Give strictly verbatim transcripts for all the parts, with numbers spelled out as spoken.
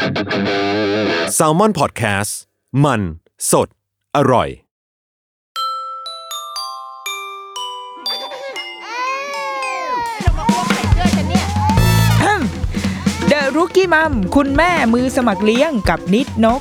Salmon Podcast มันสดอร่อยเดอะรุกกี้มัมคุณแม่มือสมัครเลี้ยงกับนิดนก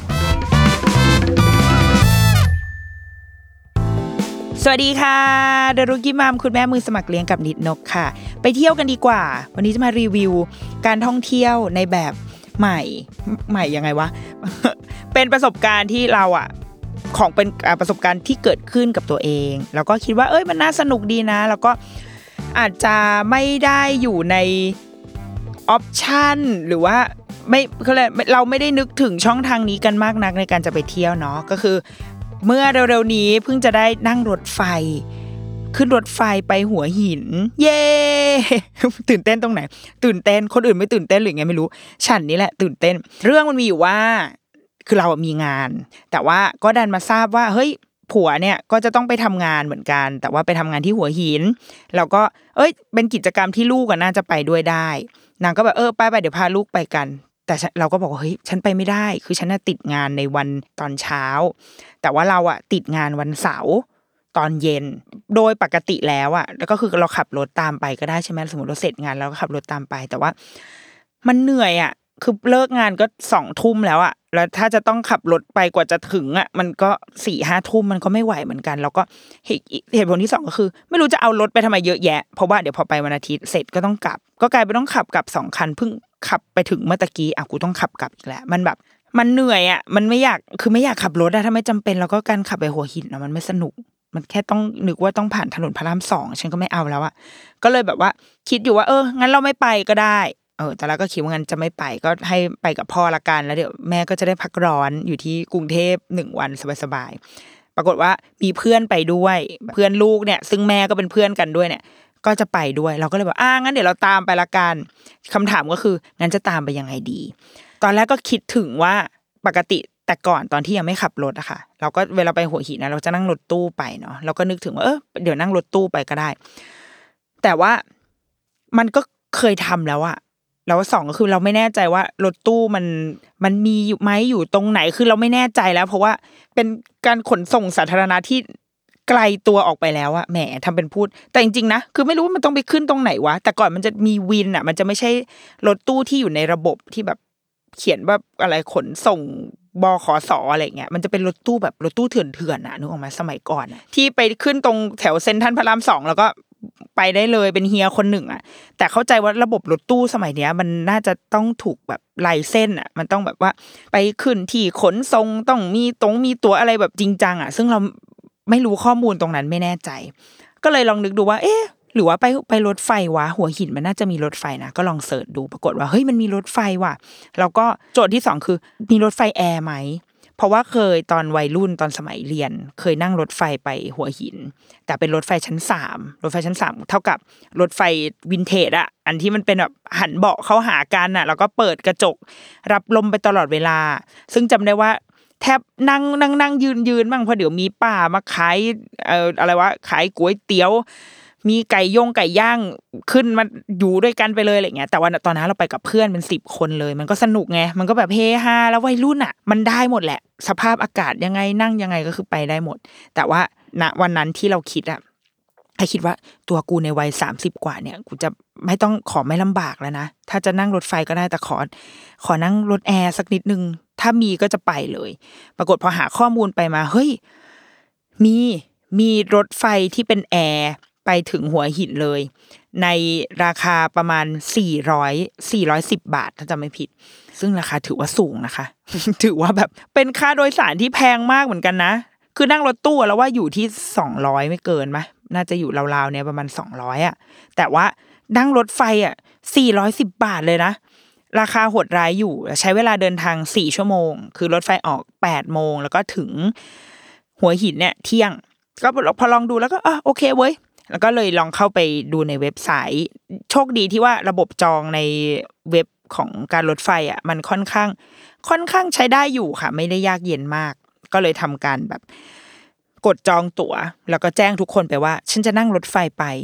สวัสดีค่ะเดอะรุกกี้มัมคุณแม่มือสมัครเลี้ยงกับนิดนกค่ะไปเที่ยวกันดีกว่าวันนี้จะมารีวิวการท่องเที่ยวในแบบใหม่ใหม่ยังไงวะ เป็นประสบการณ์ที่เราอ่ะของเป็นประสบการณ์ที่เกิดขึ้นกับตัวเองแล้วก็คิดว่าเอ้ยมันน่าสนุกดีนะแล้วก็อาจจะไม่ได้อยู่ในออปชั่นหรือว่าไม่เขาเรียกเราไม่ได้นึกถึงช่องทางนี้กันมากนักในการจะไปเที่ยวเนาะก็คือเมื่อเร็วๆนี้เพิ่งจะได้นั่งรถไฟขึ้นรถไฟไปหัวหินเย้ ตื่นเต้นตรงไหนตื่นเต้นคนอื่นไม่ตื่นเต้นหรือไงไม่รู้ฉันนี่แหละตื่นเต้นเรื่องมันมีอยู่ว่าคือเรามีงานแต่ว่าก็ดันมาทราบว่าเฮ้ยผัวเนี่ยก็จะต้องไปทำงานเหมือนกันแต่ว่าไปทำงานที่หัวหินแล้วก็เอ้ยเป็นกิจกรรมที่ลูกน่าจะไปด้วยได้นางก็แบบเออไปไปเดี๋ยวพาลูกไปกันแต่เราก็บอกว่าเฮ้ยฉันไปไม่ได้คือฉันน่ะติดงานในวันตอนเช้าแต่ว่าเราอะติดงานวันเสาร์ตอนเย็นโดยปกติแล้วอะแล้วก็คือเราขับรถตามไปก็ได้ใช่ไหมสมมติเราเสร็จงานแล้วก็ขับรถตามไปแต่ว่ามันเหนื่อยอะคือเลิกงานก็สองทุ่มแล้วอะแล้วถ้าจะต้องขับรถไปกว่าจะถึงอะมันก็สี่ห้าทุ่มมันก็ไม่ไหวเหมือนกันแล้วก็เหตุผลที่สองก็คือไม่รู้จะเอารถไปทำไมเยอะแยะเพราะว่าเดี๋ยวพอไปวันอาทิตย์เสร็จก็ต้องกลับก็กลายเป็นต้องขับกลับสองคันเพิ่งขับไปถึงเมื่อตะกี้อ่ะกูต้องขับกลับอีกแล้วมันแบบมันเหนื่อยอ่ะมันไม่อยากคือไม่อยากขับรถอะถ้าไม่จำเป็นแล้วก็การขับไปหัวหินอะมันไม่สนุกมันแค่ต้องนึกว่าต้องผ่านถนนพระรามสองฉันก็ไม่เอาแล้วอะก็เลยแบบว่าคิดอยู่ว่าเอองั้นเราไม่ไปก็ได้เออแต่แล้วก็คิดว่างั้นจะไม่ไปก็ให้ไปกับพ่อละกันแล้วเดี๋ยวแม่ก็จะได้พักร้อนอยู่ที่กรุงเทพหนึ่งวันสบายๆปรากฏว่ามีเพื่อนไปด้วยเพื่อนลูกเนี่ยซึ่งแม่ก็เป็นเพื่อนกันด้วยเนี่ยก็จะไปด้วยเราก็เลยบอกอ่างั้นเดี๋ยวเราตามไปละกันคำถามก็คืองั้นจะตามไปยังไงดีตอนแรกก็คิดถึงว่าปกติแต่ก่อนตอนที่ยังไม่ขับรถอะค่ะเราก็เวลาไปหัวหินนะเราจะนั่งรถตู้ไปเนาะเราก็นึกถึงว่าเออเดี๋ยวนั่งรถตู้ไปก็ได้แต่ว่ามันก็เคยทำแล้วอะแล้วสองก็คือเราไม่แน่ใจว่ารถตู้มันมันมีอยู่ไหมอยู่ตรงไหนคือเราไม่แน่ใจแล้วเพราะว่าเป็นการขนส่งสาธารณะที่ไกลตัวออกไปแล้วอะแหมทำเป็นพูดแต่จริงๆนะคือไม่รู้ว่ามันต้องไปขึ้นตรงไหนวะแต่ก่อนมันจะมีวินอะมันจะไม่ใช่รถตู้ที่อยู่ในระบบที่แบบเขียนว่าอะไรขนส่งบขสอะไรเงี้ยมันจะเป็นรถตู้แบบรถตู้เถื่อนๆน่ะนึกออกมั้ยสมัยก่อนที่ไปขึ้นตรงแถวเซ็นทรัลพระรามสองแล้วก็ไปได้เลยเป็นเฮียคนหนึ่งอ่ะแต่เข้าใจว่าระบบรถตู้สมัยเนี้ยมันน่าจะต้องถูกแบบไลเซนส์อ่ะมันต้องแบบว่าไปขึ้นที่ขนส่งต้องมีตรงมีตั๋วอะไรแบบจริงจังอ่ะซึ่งเราไม่รู้ข้อมูลตรงนั้นไม่แน่ใจก็เลยลองนึกดูว่าเอ๊ะหรือว่าไปไปรถไฟวะหัวหินมันน่าจะมีรถไฟนะก็ลองเสิร์ชดูปรากฏว่าเฮ้ยมันมีรถไฟว่ะแล้วก็โจทย์ที่สองคือมีรถไฟแอร์ไหมเพราะว่าเคยตอนวัยรุ่นตอนสมัยเรียนเคยนั่งรถไฟไปหัวหินแต่เป็นรถไฟชั้นสามรถไฟชั้นสามเท่ากับรถไฟวินเทจอะอันที่มันเป็นแบบหันเบาะเข้าหากันอะแล้วก็เปิดกระจกรับลมไปตลอดเวลาซึ่งจำได้ว่าแทบนั่งนั่งนั่งยืนยืนบ้างเพราะเดี๋ยวมีป้ามาขายเอ่ออะไรวะขายก๋วยเตี๋ยวมีไก่ย่งไก่ย่างขึ้นมาอยู่ด้วยกันไปเลยอะไรเงี้ยแต่ว่าตอนนั้นเราไปกับเพื่อนเป็นสิบคนเลยมันก็สนุกไงมันก็แบบเฮฮาแล้ววัยรุ่นอ่ะมันได้หมดแหละสภาพอากาศยังไงนั่งยังไงก็คือไปได้หมดแต่ว่าณวันนั้นที่เราคิดอ่ะให้คิดว่าตัวกูในวัยสามสิบกว่าเนี่ยกูจะไม่ต้องขอไม่ลำบากแล้วนะถ้าจะนั่งรถไฟก็ได้แต่ขอขอนั่งรถแอร์สักนิดนึงถ้ามีก็จะไปเลยปรากฏพอหาข้อมูลไปมาเฮ้ยมีมีรถไฟที่เป็นแอร์ไปถึงหัวหินเลยในราคาประมาณสี่ร้อย สี่ร้อยสิบบาทถ้าจำไม่ผิดซึ่งราคาถือว่าสูงนะคะ ถือว่าแบบเป็นค่าโดยสารที่แพงมากเหมือนกันนะคือนั่งรถตู้แล้วว่าอยู่ที่สองร้อยไม่เกินมั้ยน่าจะอยู่ราวๆเนี่ยประมาณสองร้อยอ่ะแต่ว่านั่งรถไฟอ่ะสี่ร้อยสิบบาทเลยนะราคาโหดร้ายอยู่ใช้เวลาเดินทางสี่ชั่วโมงคือรถไฟออกแปดโมงแล้วก็ถึงหัวหินเนี่ยเที่ยงก็พอลองดูแล้วก็อ่ะโอเคเว้ยแล้วก็เลยลองเข้าไปดูในเว็บไซต์โชคดีที่ว่าระบบจองในเว็บของการรถไฟอ่ะมันค่อนข้างค่อนข้างใช้ได้อยู่ค่ะไม่ได้ยากเย็นมากก็เลยทำการแบบกดจองตั๋วแล้วก็แจ้งทุกคนไปว่าฉันจะนั่งรถไฟไป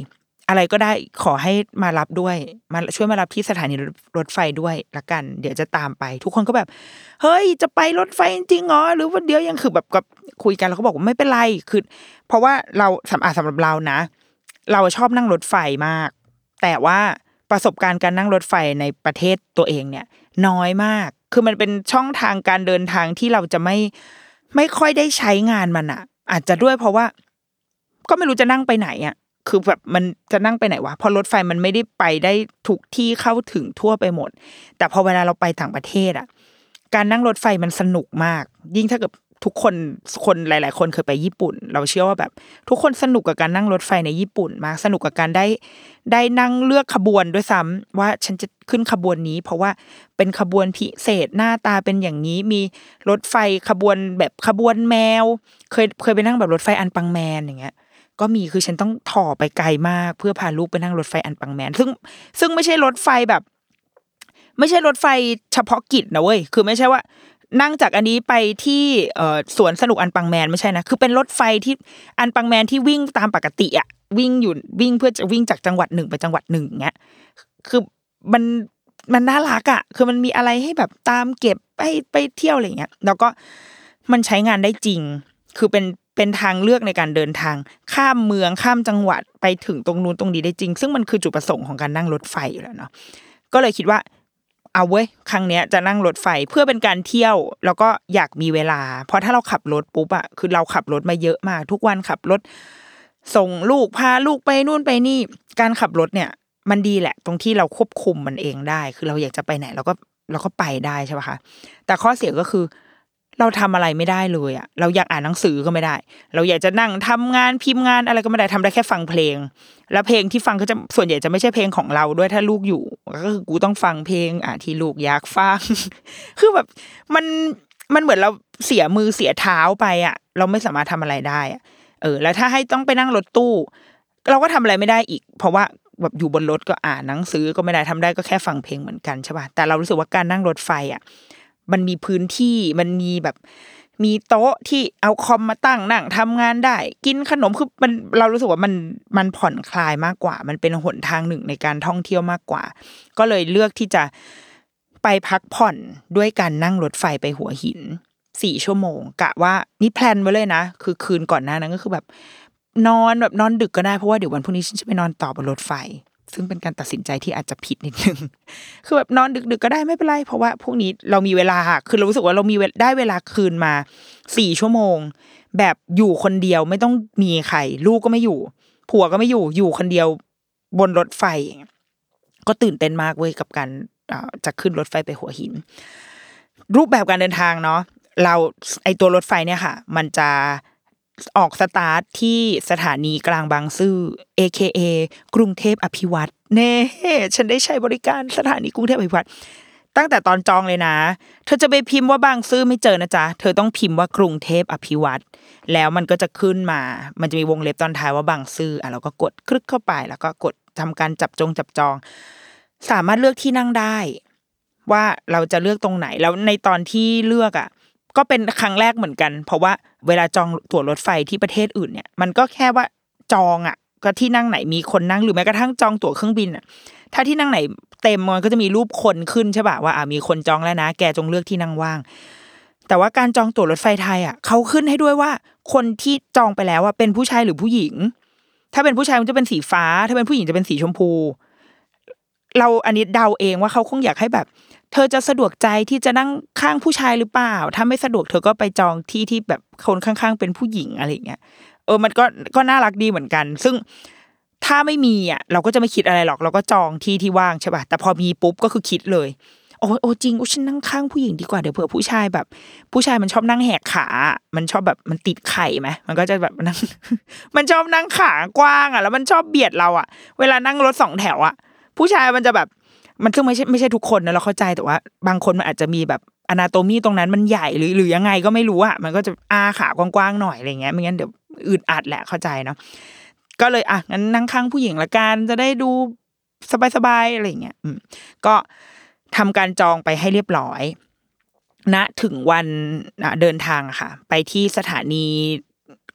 อะไรก็ได้ขอให้มารับด้วยมาช่วยมารับที่สถานีรถไฟด้วยละกันเดี๋ยวจะตามไปทุกคนก็แบบเฮ้ยจะไปรถไฟจริงๆเหรอหรือว่าเดี๋ยวยังคือแบบกับคุยกันแล้วก็บอกว่าไม่เป็นไรคือเพราะว่าเราสำหรับสำหรับเรานะเราชอบนั่งรถไฟมากแต่ว่าประสบการณ์การนั่งรถไฟในประเทศตัวเองเนี่ยน้อยมากคือมันเป็นช่องทางการเดินทางที่เราจะไม่ไม่ค่อยได้ใช้งานมันอ่ะอาจจะด้วยเพราะว่าก็ไม่รู้จะนั่งไปไหนอ่ะคือแบบมันจะนั่งไปไหนวะเพราะรถไฟมันไม่ได้ไปได้ทุกที่เข้าถึงทั่วไปหมดแต่พอเวลาเราไปต่างประเทศอ่ะการนั่งรถไฟมันสนุกมากยิ่งถ้าเกิดทุกคนคนหลายๆคนเคยไปญี่ปุ่นเราเชื่อว่าแบบทุกคนสนุกกับการนั่งรถไฟในญี่ปุ่นมากสนุกกับการได้ได้นั่งเลือกขบวนด้วยซ้ำว่าฉันจะขึ้นขบวนนี้เพราะว่าเป็นขบวนพิเศษหน้าตาเป็นอย่างนี้มีรถไฟขบวนแบบขบวนแมวเคยเคยไปนั่งแบบรถไฟอันปังแมนอย่างเงี้ยก็มีคือฉันต้องถ่อไปไกลมากเพื่อพาลูกไปนั่งรถไฟอันปังแมนซึ่งซึ่งไม่ใช่รถไฟแบบไม่ใช่รถไฟเฉพาะกิจนะเว้ยคือไม่ใช่ว่านั่งจากอันนี้ไปที่เอ่อสวนสนุกอันปังแมนไม่ใช่นะคือเป็นรถไฟที่อันปังแมนที่วิ่งตามปกติอ่ะวิ่งอยู่วิ่งเพื่อจะวิ่งจากจังหวัดหนึ่งไปจังหวัดหนึ่งเงี้ยคือมันมันน่ารักอ่ะคือมันมีอะไรให้แบบตามเก็บไปไปเที่ยวอะไรเงี้ยแล้วก็มันใช้งานได้จริงคือเป็นเป็นทางเลือกในการเดินทางข้ามเมืองข้ามจังหวัดไปถึงตรงนู้นตรงนี้ได้จริงซึ่งมันคือจุดประสงค์ของการนั่งรถไฟอยู่แล้วเนาะก็เลยคิดว่าเอาเว้ยครั้งเนี้ยจะนั่งรถไฟเพื่อเป็นการเที่ยวแล้วก็อยากมีเวลาเพราะถ้าเราขับรถปุ๊บอะคือเราขับรถมาเยอะมากทุกวันขับรถส่งลูกพาลูกไปนู่นไปนี่การขับรถเนี่ยมันดีแหละตรงที่เราควบคุมมันเองได้คือเราอยากจะไปไหนเราก็เราก็ไปได้ใช่ป่ะคะแต่ข้อเสียก็คือเราทำอะไรไม่ได้เลยอะเราอยากอ่านหนังสือก็ไม่ได้เราอยากจะนั่งทำงานพิมพ์งานอะไรก็ไม่ได้ทำได้แค่ฟังเพลงแล้วเพลงที่ฟังก็จะส่วนใหญ่จะไม่ใช่เพลงของเราด้วยถ้าลูกอยู่ก็คือกูต้องฟังเพลงอ่ะที่ลูกอยากฟัง คือแบบมันมันเหมือนเราเสียมือเสียเท้าไปอ่ะเราไม่สามารถทำอะไรได้อ่ะเออแล้วถ้าให้ต้องไปนั่งรถตู้เราก็ทำอะไรไม่ได้อีกเพราะว่าแบบอยู่บนรถก็อ่านหนังสือก็ไม่ได้ทำได้ก็แค่ฟังเพลงเหมือนกันใช่ป่ะแต่เรารู้สึกว่าการนั่งรถไฟอ่ะมันมีพื้นที่มันมีแบบมีโต๊ะที่เอาคอมมาตั้งนั่งทำงานได้กินขนมคือมันเรารู้สึกว่ามันมันผ่อนคลายมากกว่ามันเป็นหนทางหนึ่งในการท่องเที่ยวมากกว่าก็เลยเลือกที่จะไปพักผ่อนด้วยการนั่งรถไฟไปหัวหินสี่ชั่วโมงกะว่านี่แพลนไว้เลยนะคือคืนก่อนหน้านั้นก็คือแบบนอนแบบนอนดึกก็ได้เพราะว่าเดี๋ยววันพรุ่งนี้ฉันจะไปนอนต่อบนรถไฟซึ่งเป็นการตัดสินใจที่อาจจะผิดนิดนึงคือแบบนอนดึกๆก็ได้ไม่เป็นไรเพราะว่าพรุ่งนี้เรามีเวลาคือเรารู้สึกว่าเรามีได้เวลาคืนมาสี่ชั่วโมงแบบอยู่คนเดียวไม่ต้องมีใครลูกก็ไม่อยู่ผัวก็ไม่อยู่อยู่คนเดียวบนรถไฟก็ตื่นเต้นมากเว้ยกับการจะขึ้นรถไฟไปหัวหินรูปแบบการเดินทางเนาะเราไอตัวรถไฟเนี่ยค่ะมันจะออกสตาร์ทที่สถานีกลางบางซื่อ เอ เค เอ กรุงเทพอภิวัตรเน่ฉันได้ใช้บริการสถานีกรุงเทพอภิวัตรตั้งแต่ตอนจองเลยนะเธอจะไปพิมพ์ว่าบางซื่อไม่เจอนะจ๊ะเธอต้องพิมพ์ว่ากรุงเทพอภิวัตรแล้วมันก็จะขึ้นมามันจะมีวงเล็บตอนท้ายว่าบางซื่ออ่ะเราก็กดคลิกเข้าไปแล้วก็กดทำการจับจงจับจองสามารถเลือกที่นั่งได้ว่าเราจะเลือกตรงไหนแล้วในตอนที่เลือกอ่ะก็เป็นครั้งแรกเหมือนกันเพราะว่าเวลาจองตั๋วรถไฟที่ประเทศอื่นเนี่ยมันก็แค่ว่าจองอ่ะก็ที่นั่งไหนมีคนนั่งหรือแม้กระทั่งจองตั๋วเครื่องบินอ่ะถ้าที่นั่งไหนเต็มมันก็จะมีรูปคนขึ้นใช่ป่ะว่าอ่ะมีคนจองแล้วนะแกจงเลือกที่นั่งว่างแต่ว่าการจองตั๋วรถไฟไทยอ่ะเขาขึ้นให้ด้วยว่าคนที่จองไปแล้วอ่ะเป็นผู้ชายหรือผู้หญิงถ้าเป็นผู้ชายมันจะเป็นสีฟ้าถ้าเป็นผู้หญิงจะเป็นสีชมพูเราอันนี้เดาเองว่าเขาคงอยากให้แบบเธอจะสะดวกใจที่จะนั่งข้างผู้ชายหรือเปล่าถ้าไม่สะดวกเธอก็ไปจองที่ที่แบบคนข้างๆเป็นผู้หญิงอะไรอย่างเงี้ยเออมันก็ก็น่ารักดีเหมือนกันซึ่งถ้าไม่มีอ่ะเราก็จะไม่คิดอะไรหรอกเราก็จองที่ที่ว่างใช่ป่ะแต่พอมีปุ๊บก็คือคิดเลยโอ้โอ้จริงโอ้ฉันนั่งข้างผู้หญิงดีกว่าเดี๋ยวเผื่อผู้ชายแบบผู้ชายมันชอบนั่งแหกขามันชอบแบบมันติดไข่ไหมมันก็จะแบบนั่ง มันชอบนั่งขากว้างอ่ะแล้วมันชอบเบียดเราอ่ะเวลานั่งรถสองแถวอ่ะผู้ชายมันจะแบบมันซึ่งไม่ใช่ไม่ใช่ทุกคนนะเราเข้าใจแต่ว่าบางคนมันอาจจะมีแบบอนาโตมีตรงนั้นมันใหญ่หรือหรือยังไงก็ไม่รู้อ่ะมันก็จะอาขากว้างๆหน่อยอะไรเงี้ยไม่งั้นเดี๋ยวอึดอัดแหละเข้าใจเนาะก็เลยอ่ะงั้นนั่งข้างผู้หญิงละกันจะได้ดูสบายๆอะไรเงี้ยอืมก็ทำการจองไปให้เรียบร้อยณถึงวันเดินทางค่ะไปที่สถานี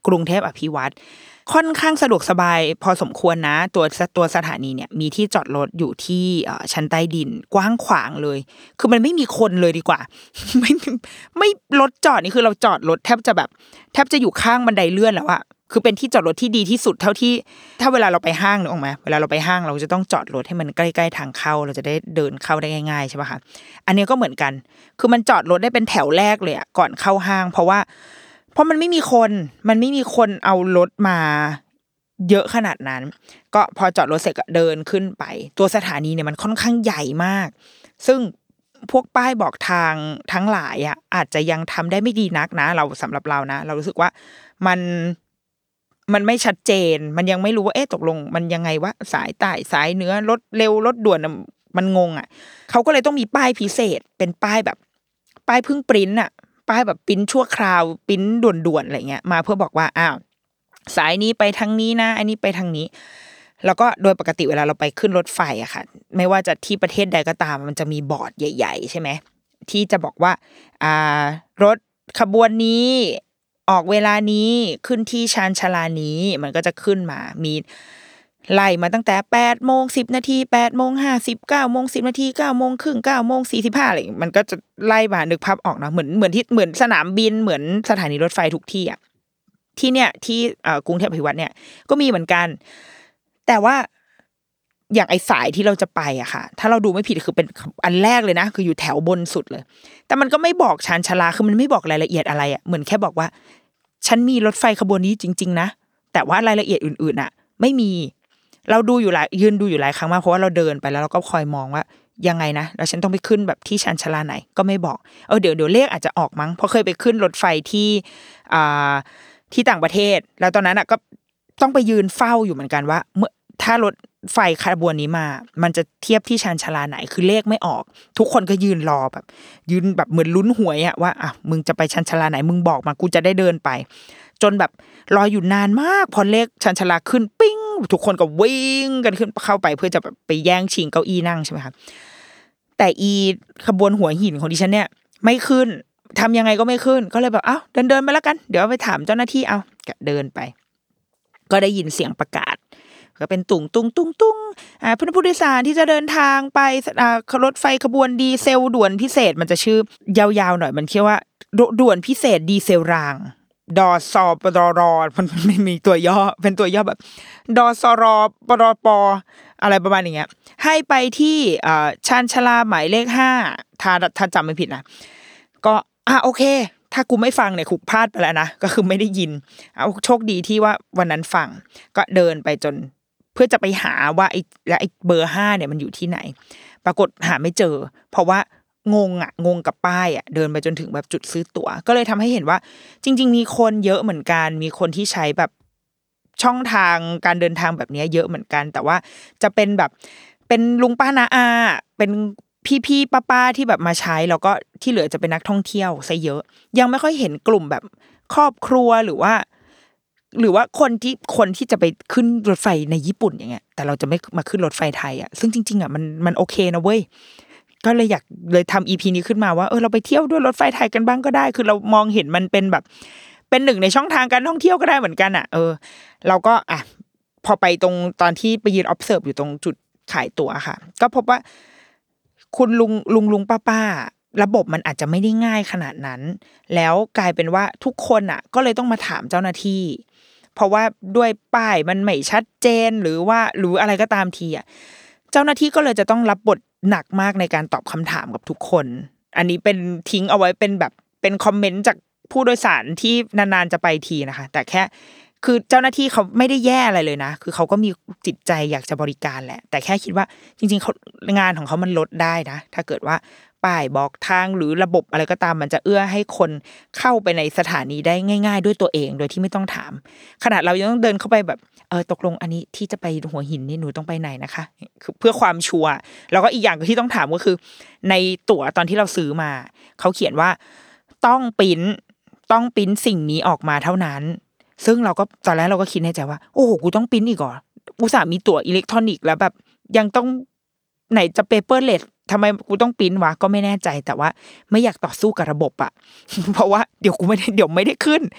กรุงเทพอภิวัตรค่อนข้างสะดวกสบายพอสมควรนะตัวตัวสถานีเนี่ยมีที่จอดรถอยู่ที่ชั้นใต้ดินกว้างขวางเลยคือมันไม่มีคนเลยดีกว่า ไม่ไม่รถจอดนี่คือเราจอดรถแทบจะแบบแทบจะอยู่ข้างบันไดเลื่อนแล้วอะคือเป็นที่จอดรถที่ดีที่สุดเท่าที่ถ้าเวลาเราไปห้างนึกออกไหมเวลาเราไปห้างเราจะต้องจอดรถให้มันใกล้ๆทางเข้าเราจะได้เดินเข้าได้ง่ายๆใช่ป่ะคะอันนี้ก็เหมือนกันคือมันจอดรถได้เป็นแถวแรกเลยอะก่อนเข้าห้างเพราะว่าเพราะมันไม่มีคนมันไม่มีคนเอารถมาเยอะขนาดนั้นก็พอจอดรถเสร็จก็เดินขึ้นไปตัวสถานีเนี่ยมันค่อนข้างใหญ่มากซึ่งพวกป้ายบอกทางทั้งหลายอ่ะอาจจะยังทำได้ไม่ดีนักนะเราสำหรับเรานะเรารู้สึกว่ามันมันไม่ชัดเจนมันยังไม่รู้ว่าเอ๊ะตกลงมันยังไงวะสายใต้สายเหนือรถเร็วรถด่วนมันงงอ่ะเขาก็เลยต้องมีป้ายพิเศษเป็นป้ายแบบป้ายเพิ่งปริ้นอ่ะป้ายแบบปริ้นชั่วคราวปริ้นด่วนๆอะไรเงี้ยมาเพื่อบอกว่าอ้าวสายนี้ไปทางนี้นะอันนี้ไปทางนี้แล้วก็โดยปกติเวลาเราไปขึ้นรถไฟอะค่ะไม่ว่าจะที่ประเทศใดก็ตามมันจะมีบอร์ดใหญ่ๆใช่ไหมที่จะบอกว่าอ่ารถขบวนนี้ออกเวลานี้ขึ้นที่ชานชาลานี้มันก็จะขึ้นมามีไล่มาตั้งแต่แปดโมงสิบนาทีแปดโมงห้าสิบเก้าโมงสิบนาทีเก้าโมงครึ่งเก้าโมงสี่สิบห้าอะไรมันก็จะไล่มานึกภาพออกเนาะเหมือนเหมือนที่เหมือนสนามบินเหมือนสถานีรถไฟทุกที่อะที่เนี่ยที่กรุงเทพอภิวัตรเนี่ยก็มีเหมือนกันแต่ว่าอย่างไอ้สายที่เราจะไปอะค่ะถ้าเราดูไม่ผิดคือเป็นอันแรกเลยนะคืออยู่แถวบนสุดเลยแต่มันก็ไม่บอกชานชาลาคือมันไม่บอกรายละเอียดอะไรอะเหมือนแค่บอกว่าฉันมีรถไฟขบวนนี้จริงๆนะแต่ว่ารายละเอียดอื่นๆอะไม่มีเราดูอยู่หลายยืนดูอยู่หลายครั้งมากเพราะว่าเราเดินไปแล้วเราก็คอยมองว่ายังไงนะแล้วฉันต้องไปขึ้นแบบที่ชานชาลาไหนก็ไม่บอกเออเดี๋ยวเดี๋ยวเลขอาจจะออกมั้งเพราะเคยไปขึ้นรถไฟที่อ่าที่ต่างประเทศแล้วตอนนั้นอ่ะก็ต้องไปยืนเฝ้าอยู่เหมือนกันว่าเมื่อถ้ารถไฟขบวนนี้มามันจะเทียบที่ชานชาลาไหนคือเลขไม่ออกทุกคนก็ยืนรอแบบยืนแบบเหมือนลุ้นหวยอ่ะว่าอ่ะมึงจะไปชานชาลาไหนมึงบอกมากูจะได้เดินไปจนแบบรออยู่นานมากพอเลขชานชาลาขึ้นปิ้งทุกคนก็วิ่งกันขึ้นเข้าไปเพื่อจะแบบไปแย่งชิงเก้าอี้นั่งใช่ไหมครับแต่อีขบวนหัวหินของดิฉันเนี่ยไม่ขึ้นทำยังไงก็ไม่ขึ้นก็เลยแบบอ้าวเดินเดินไปแล้วกันเดี๋ยวไปถามเจ้าหน้าที่เอาเดินไปก็ได้ยินเสียงประกาศก็เป็นตุงตุงตุงตุงอ่าผู้โดยสารที่จะเดินทางไปอ่ารถไฟขบวนดีเซลด่วนพิเศษมันจะชื่อยาวๆหน่อยมันเรียกว่าด่วนพิเศษดีเซลรางดอซอปดรอมันไม่มีตัวย่อเป็นตัวย่อแบบดอซรอปดปอะไรประมาณอย่างเงี้ยให้ไปที่อ่าชานชาลาหมายเลขห้าถ้าถ้าจำไม่ผิดนะก็อ่ะโอเคถ้ากูไม่ฟังเนี่ยกูพลาดไปแล้วนะก็คือไม่ได้ยินเอาโชคดีที่ว่าวันนั้นฟังก็เดินไปจนเพื่อจะไปหาว่าไอ้และไอ้เบอร์ห้าเนี่ยมันอยู่ที่ไหนปรากฏหาไม่เจอเพราะว่างงอ่ะงงกับป้ายอ่ะเดินไปจนถึงแบบจุดซื้อตั๋วก็เลยทำให้เห็นว่าจริงๆมีคนเยอะเหมือนกันมีคนที่ใช้แบบช่องทางการเดินทางแบบนี้เยอะเหมือนกันแต่ว่าจะเป็นแบบเป็นลุงป้าน้าอาเป็นพี่ๆป้าๆที่แบบมาใช้แล้วก็ที่เหลือจะเป็นนักท่องเที่ยวซะเยอะยังไม่ค่อยเห็นกลุ่มแบบครอบครัวหรือว่าหรือว่าคนที่คนที่จะไปขึ้นรถไฟในญี่ปุ่นอย่างเงี้ยแต่เราจะไม่มาขึ้นรถไฟไทยอ่ะซึ่งจริงๆอ่ะมันมันโอเคนะเว้ยก็เลยอยากเลยทำ อี พี นี้ขึ้นมาว่าเออเราไปเที่ยวด้วยรถไฟไทยกันบ้างก็ได้คือเรามองเห็นมันเป็นแบบเป็นหนึ่งในช่องทางการท่องเที่ยวก็ได้เหมือนกันอ่ะเออเราก็อ่ะพอไปตรงตอนที่ไปยืน observe อยู่ตรงจุดขายตั๋วค่ะก็พบว่าคุณลุงลุงลุงป้าป้าระบบมันอาจจะไม่ได้ง่ายขนาดนั้นแล้วกลายเป็นว่าทุกคนอ่ะก็เลยต้องมาถามเจ้าหน้าที่เพราะว่าด้วยป้ายมันไม่ชัดเจนหรือว่าหรืออะไรก็ตามทีอ่ะเจ้าหน้าที่ก็เลยจะต้องรับบทหนักมากในการตอบคำถามกับทุกคนอันนี้เป็นทิ้งเอาไว้เป็นแบบเป็นคอมเมนต์จากผู้โดยสารที่นานๆจะไปทีนะคะแต่แค่คือเจ้าหน้าที่เขาไม่ได้แย่อะไรเลยนะคือเขาก็มีจิตใจอยากจะบริการแหละแต่แค่คิดว่าจริงๆเขางานของเขามันลดได้นะถ้าเกิดว่าป้ายบอกทางหรือระบบอะไรก็ตามมันจะเอื้อให้คนเข้าไปในสถานีได้ง่ายๆด้วยตัวเองโดยที่ไม่ต้องถามขนาดเรายังต้องเดินเข้าไปแบบเออตกลงอันนี้ที่จะไปหัวหินนี่หนูต้องไปไหนนะคะคือเพื่อความชัวร์แล้วก็อีกอย่างที่ต้องถามก็คือในตั๋วตอนที่เราซื้อมาเขาเขียนว่าต้องปริ้นต้องปริ้นสิ่งนี้ออกมาเท่านั้นซึ่งเราก็ตอนแรกเราก็คิดในใจว่าโอ้โหกูต้องปริ้นอีกเหรออุตส่าห์มีตั๋วอิเล็กทรอนิกส์แล้วแบบยังต้องไหนจะเปเปอร์เลสทำไมกูต้องปริ้นวะก็ไม่แน่ใจแต่ว่าไม่อยากต่อสู้กับระบบอะ เพราะว่าเดี๋ยวกูไม่ได้เดี๋ยวไม่ได้ขึ้น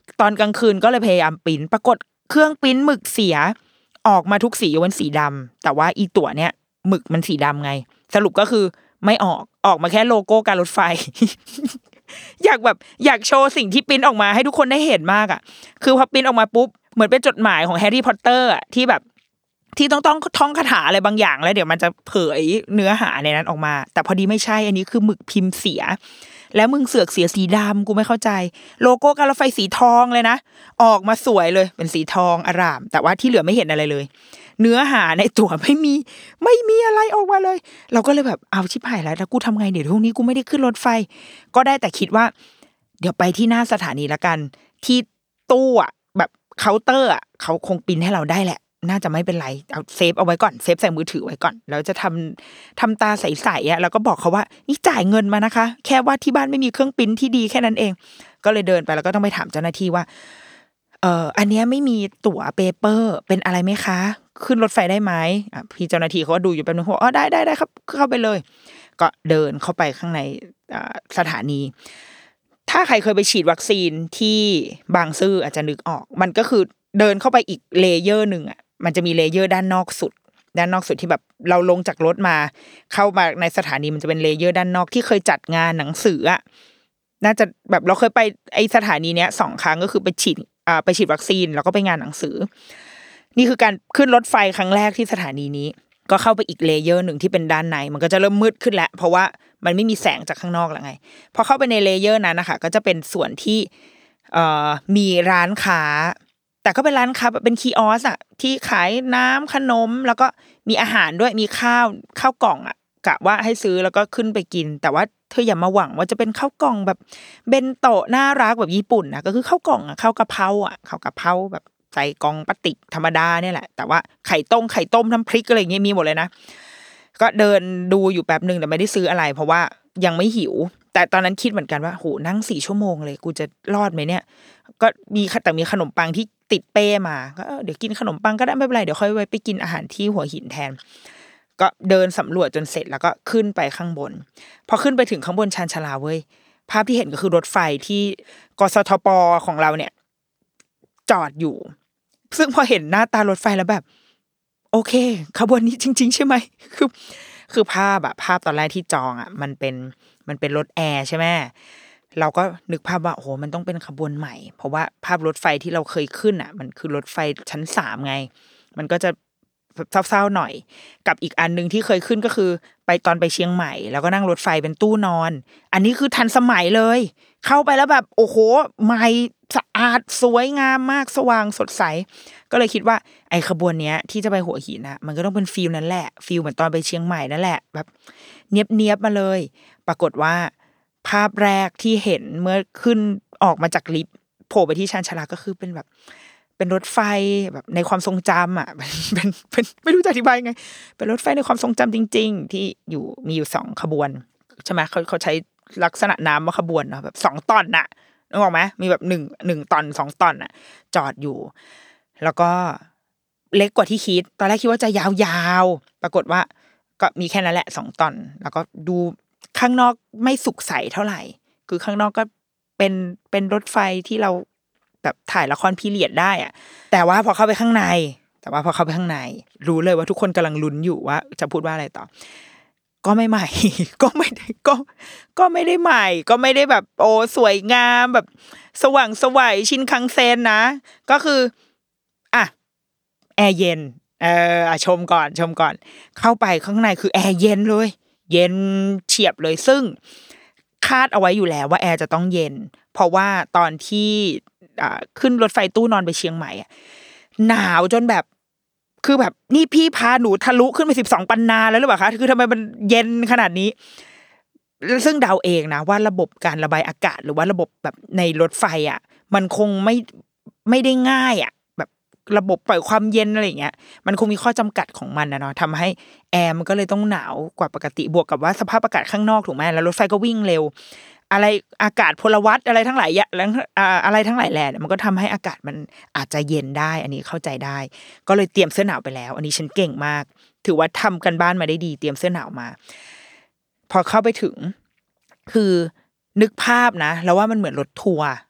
ตอนกลางคืนก็เลยพยายามปริ้นปรากฏเครื่องปริ้นหมึกเสียออกมาทุกสียกเว้นสีดำแต่ว่าอีตั๋วเนี่ยหมึกมันสีดำไงสรุปก็คือไม่ออกออกมาแค่โลโก้การรถไฟ อยากแบบอยากโชว์สิ่งที่ปริ้นออกมาให้ทุกคนได้เห็นมากอ่ะคือพอปริ้นออกมาปุ๊บเหมือนเป็นจดหมายของแฮร์รี่พอตเตอร์อ่ะที่แบบที่ต้องต้องท่องคาถาอะไรบางอย่างแล้วเดี๋ยวมันจะเผยเนื้อหาในนั้นออกมาแต่พอดีไม่ใช่อันนี้คือหมึกพิมพ์เสียแล้วมึงเสือกเสียสีดำกูไม่เข้าใจโลโก้การรถไฟสีทองเลยนะออกมาสวยเลยเป็นสีทองอร่ามแต่ว่าที่เหลือไม่เห็นอะไรเลยเนื้อหาในตั๋วไม่มีไม่มีอะไรออกมาเลยเราก็เลยแบบเอาชิบหายแล้วแล้วกูทำไงเดี๋ยวพรุ่งนี้กูไม่ได้ขึ้นรถไฟก็ได้แต่คิดว่าเดี๋ยวไปที่หน้าสถานีละกันที่ตู้อ่ะแบบเคาน์เตอร์อ่ะเขาคงปริ้นให้เราได้แหละน่าจะไม่เป็นไรเอาเซฟเอาไว้ก่อนเซฟใส่มือถือไว้ก่อนแล้วจะทำทำตาใสๆอ่ะแล้วก็บอกเขาว่านี่จ่ายเงินมานะคะแค่ว่าที่บ้านไม่มีเครื่องปริ้นที่ดีแค่นั้นเองก็เลยเดินไปแล้วก็ต้องไปถามเจ้าหน้าที่ว่าเอ่ออันเนี้ยไม่มีตั๋วเปเปอร์เป็นอะไรไหมคะขึ้นรถไฟได้ไหมอ่ะพี่เจ้าหน้าที่เขาก็ดูอยู่แป๊บนึงเขาบอกอ๋อได้ได้ได้ครับเข้าไปเลยก็เดินเข้าไปข้างในสถานีถ้าใครเคยไปฉีดวัคซีนที่บางซื่ออาจจะนึกออกมันก็คือเดินเข้าไปอีกเลเยอร์นึงอ่ะมันจะมีเลเยอร์ด้านนอกสุดด้านนอกสุดที่แบบเราลงจากรถมาเข้ามาในสถานีมันจะเป็นเลเยอร์ด้านนอกที่เคยจัดงานหนังสืออ่ะน่าจะแบบเราเคยไปไอสถานีเนี้ยสองครั้งก็คือไปฉีดอ่าไปฉีดวัคซีนแล้วก็ไปงานหนังสือนี่คือการขึ้นรถไฟครั้งแรกที่สถานีนี้ก็เข้าไปอีกเลเยอร์หนึ่งที่เป็นด้านในมันก็จะเริ่มมืดขึ้นแล้วเพราะว่ามันไม่มีแสงจากข้างนอกแล้วไงพอเข้าไปในเลเยอร์นั้นนะคะก็จะเป็นส่วนที่เอ่อมีร้านค้าแต่ก็เป็นร้านค้าแบบเป็นคีออสอะที่ขายน้ำขนมแล้วก็มีอาหารด้วยมีข้าวข้าวกล่องอะกะว่าให้ซื้อแล้วก็ขึ้นไปกินแต่ว่าเธออย่ามาหวังว่าจะเป็นข้าวกล่องแบบเบนโตะน่ารักแบบญี่ปุ่นนะก็คือข้าวกล่องอะข้าวกะเพราอะข้าวกะเพราแบบใส่กล่องพลาสติกธรรมดาเนี่ยแหละแต่ว่าไข่ต้มไข่ต้มน้ำพริกอะไรอย่างเงี้ยมีหมดเลยนะก็เดินดูอยู่แป๊บนึงแต่ไม่ได้ซื้ออะไรเพราะว่ายังไม่หิวแต่ตอนนั้นคิดเหมือนกันว่าโหนั่งสี่ชั่วโมงเลยกูจะรอดไหมเนี่ยก็มีแต่มีขนมปังที่ติดเป้มาก็เดี๋ยวกินขนมปังก็ได้ไม่เป็นไรเดี๋ยวค่อยไว้ไปกินอาหารที่หัวหินแทนก็เดินสำรวจจนเสร็จแล้วก็ขึ้นไปข้างบนพอขึ้นไปถึงข้างบนชานชาลาเว้ยภาพที่เห็นก็คือรถไฟที่กสทป.ของเราเนี่ยจอดอยู่ซึ่งพอเห็นหน้าตารถไฟแล้วแบบโอเคขบวนนี้จริงๆใช่ไหมคือคือภาพอะภาพตอนแรกที่จองอะมันเป็นมันเป็นรถแอร์ใช่ไหมเราก็นึกภาพว่าโอ้โหมันต้องเป็นขบวนใหม่เพราะว่าภาพรถไฟที่เราเคยขึ้นอะมันคือรถไฟชั้นสามไงมันก็จะเศร้าๆหน่อยกับอีกอันนึงที่เคยขึ้นก็คือไปตอนไปเชียงใหม่แล้วก็นั่งรถไฟเป็นตู้นอนอันนี้คือทันสมัยเลยเข้าไปแล้วแบบโอ้โหใหม่สะอาดสวยงามมากสว่างสดใสก็เลยคิดว่าไอ้ขบวนเนี้ยที่จะไปหัวหินนะมันก็ต้องเป็นฟีลนั้นแหละฟีลเหมือนตอนไปเชียงใหม่นั่นแหละแบบเนียบๆมาเลยปรากฏว่าภาพแรกที่เห็นเมื่อขึ้นออกมาจากลิฟต์โผล่ไปที่ชานชาลาก็คือเป็นแบบเป็นรถไฟแบบในความทรงจำอ่ะเป็นเป็นไม่รู้จะอธิบายไงเป็นรถไฟในความทรงจำจริงๆที่อยู่มีอยู่สองขบวนใช่ไหมเขาเขาใช้ลักษณะน้ำว่าขบวนเนาะแบบสองตอนน่ะนึกออกไหมมีแบบหนึ่งหนึ่งตอนสองตอนน่ะจอดอยู่แล้วก็เล็กกว่าที่คิดตอนแรกคิดว่าจะยาวๆปรากฏว่าก็มีแค่นั้นแหละสองตอนแล้วก็ดูข้างนอกไม่สุขใสเท่าไหร่คือข้างนอกก็เป็นเป็นรถไฟที่เราแบบถ่ายละครพีเรียดได้อะแต่ว่าพอเข้าไปข้างในแต่ว่าพอเข้าไปข้างในรู้เลยว่าทุกคนกำลังลุ้นอยู่ว่าจะพูดว่าอะไรต่อก็ไม่ใหม่ ก็ไม่ได้ก็ก็ไม่ได้ใหม่ก็ไม่ได้แบบโอ้สวยงามแบบสว่างสวยชินคังเซ็นนะก็คืออ่ะแอร์เย็นเอออ่ะชมก่อนชมก่อนเข้าไปข้างในคือแอร์เย็นเลยเย็นเฉียบเลยซึ่งคาดเอาไว้อยู่แล้วว่าแอร์จะต้องเย็นเพราะว่าตอนที่อ่าขึ้นรถไฟตู้นอนไปเชียงใหม่อ่ะหนาวจนแบบคือแบบนี่พี่พาหนูทะลุขึ้นไปสิบสองปันนาแล้วหรือเปล่าคะคือทำไมมันเย็นขนาดนี้ซึ่งเดาเองนะว่าระบบการระบายอากาศหรือว่าระบบแบบในรถไฟอ่ะมันคงไม่ไม่ได้ง่ายอ่ะแบบระบบปล่อยความเย็นอะไรอย่างเงี้ยมันคงมีข้อจำกัดของมันนะเนาะทำให้แอร์มันก็เลยต้องหนาวกว่าปกติบวกกับว่าสภาพอากาศข้างนอกถูกไหมแล้วรถไฟก็วิ่งเร็วอะไรอากาศพลวัตอะไรทั้งหลายอย่างอะไรทั้งหลายแหล่มันก็ทำให้อากาศมันอาจจะเย็นได้อันนี้เข้าใจได้ก็เลยเตรียมเสื้อหนาวไปแล้วอันนี้ฉันเก่งมากถือว่าทำกันบ้านมาได้ดีเตรียมเสื้อหนาวมาพอเข้าไปถึงคือนึกภาพนะแล้วว่ามันเหมือนรถทัวร์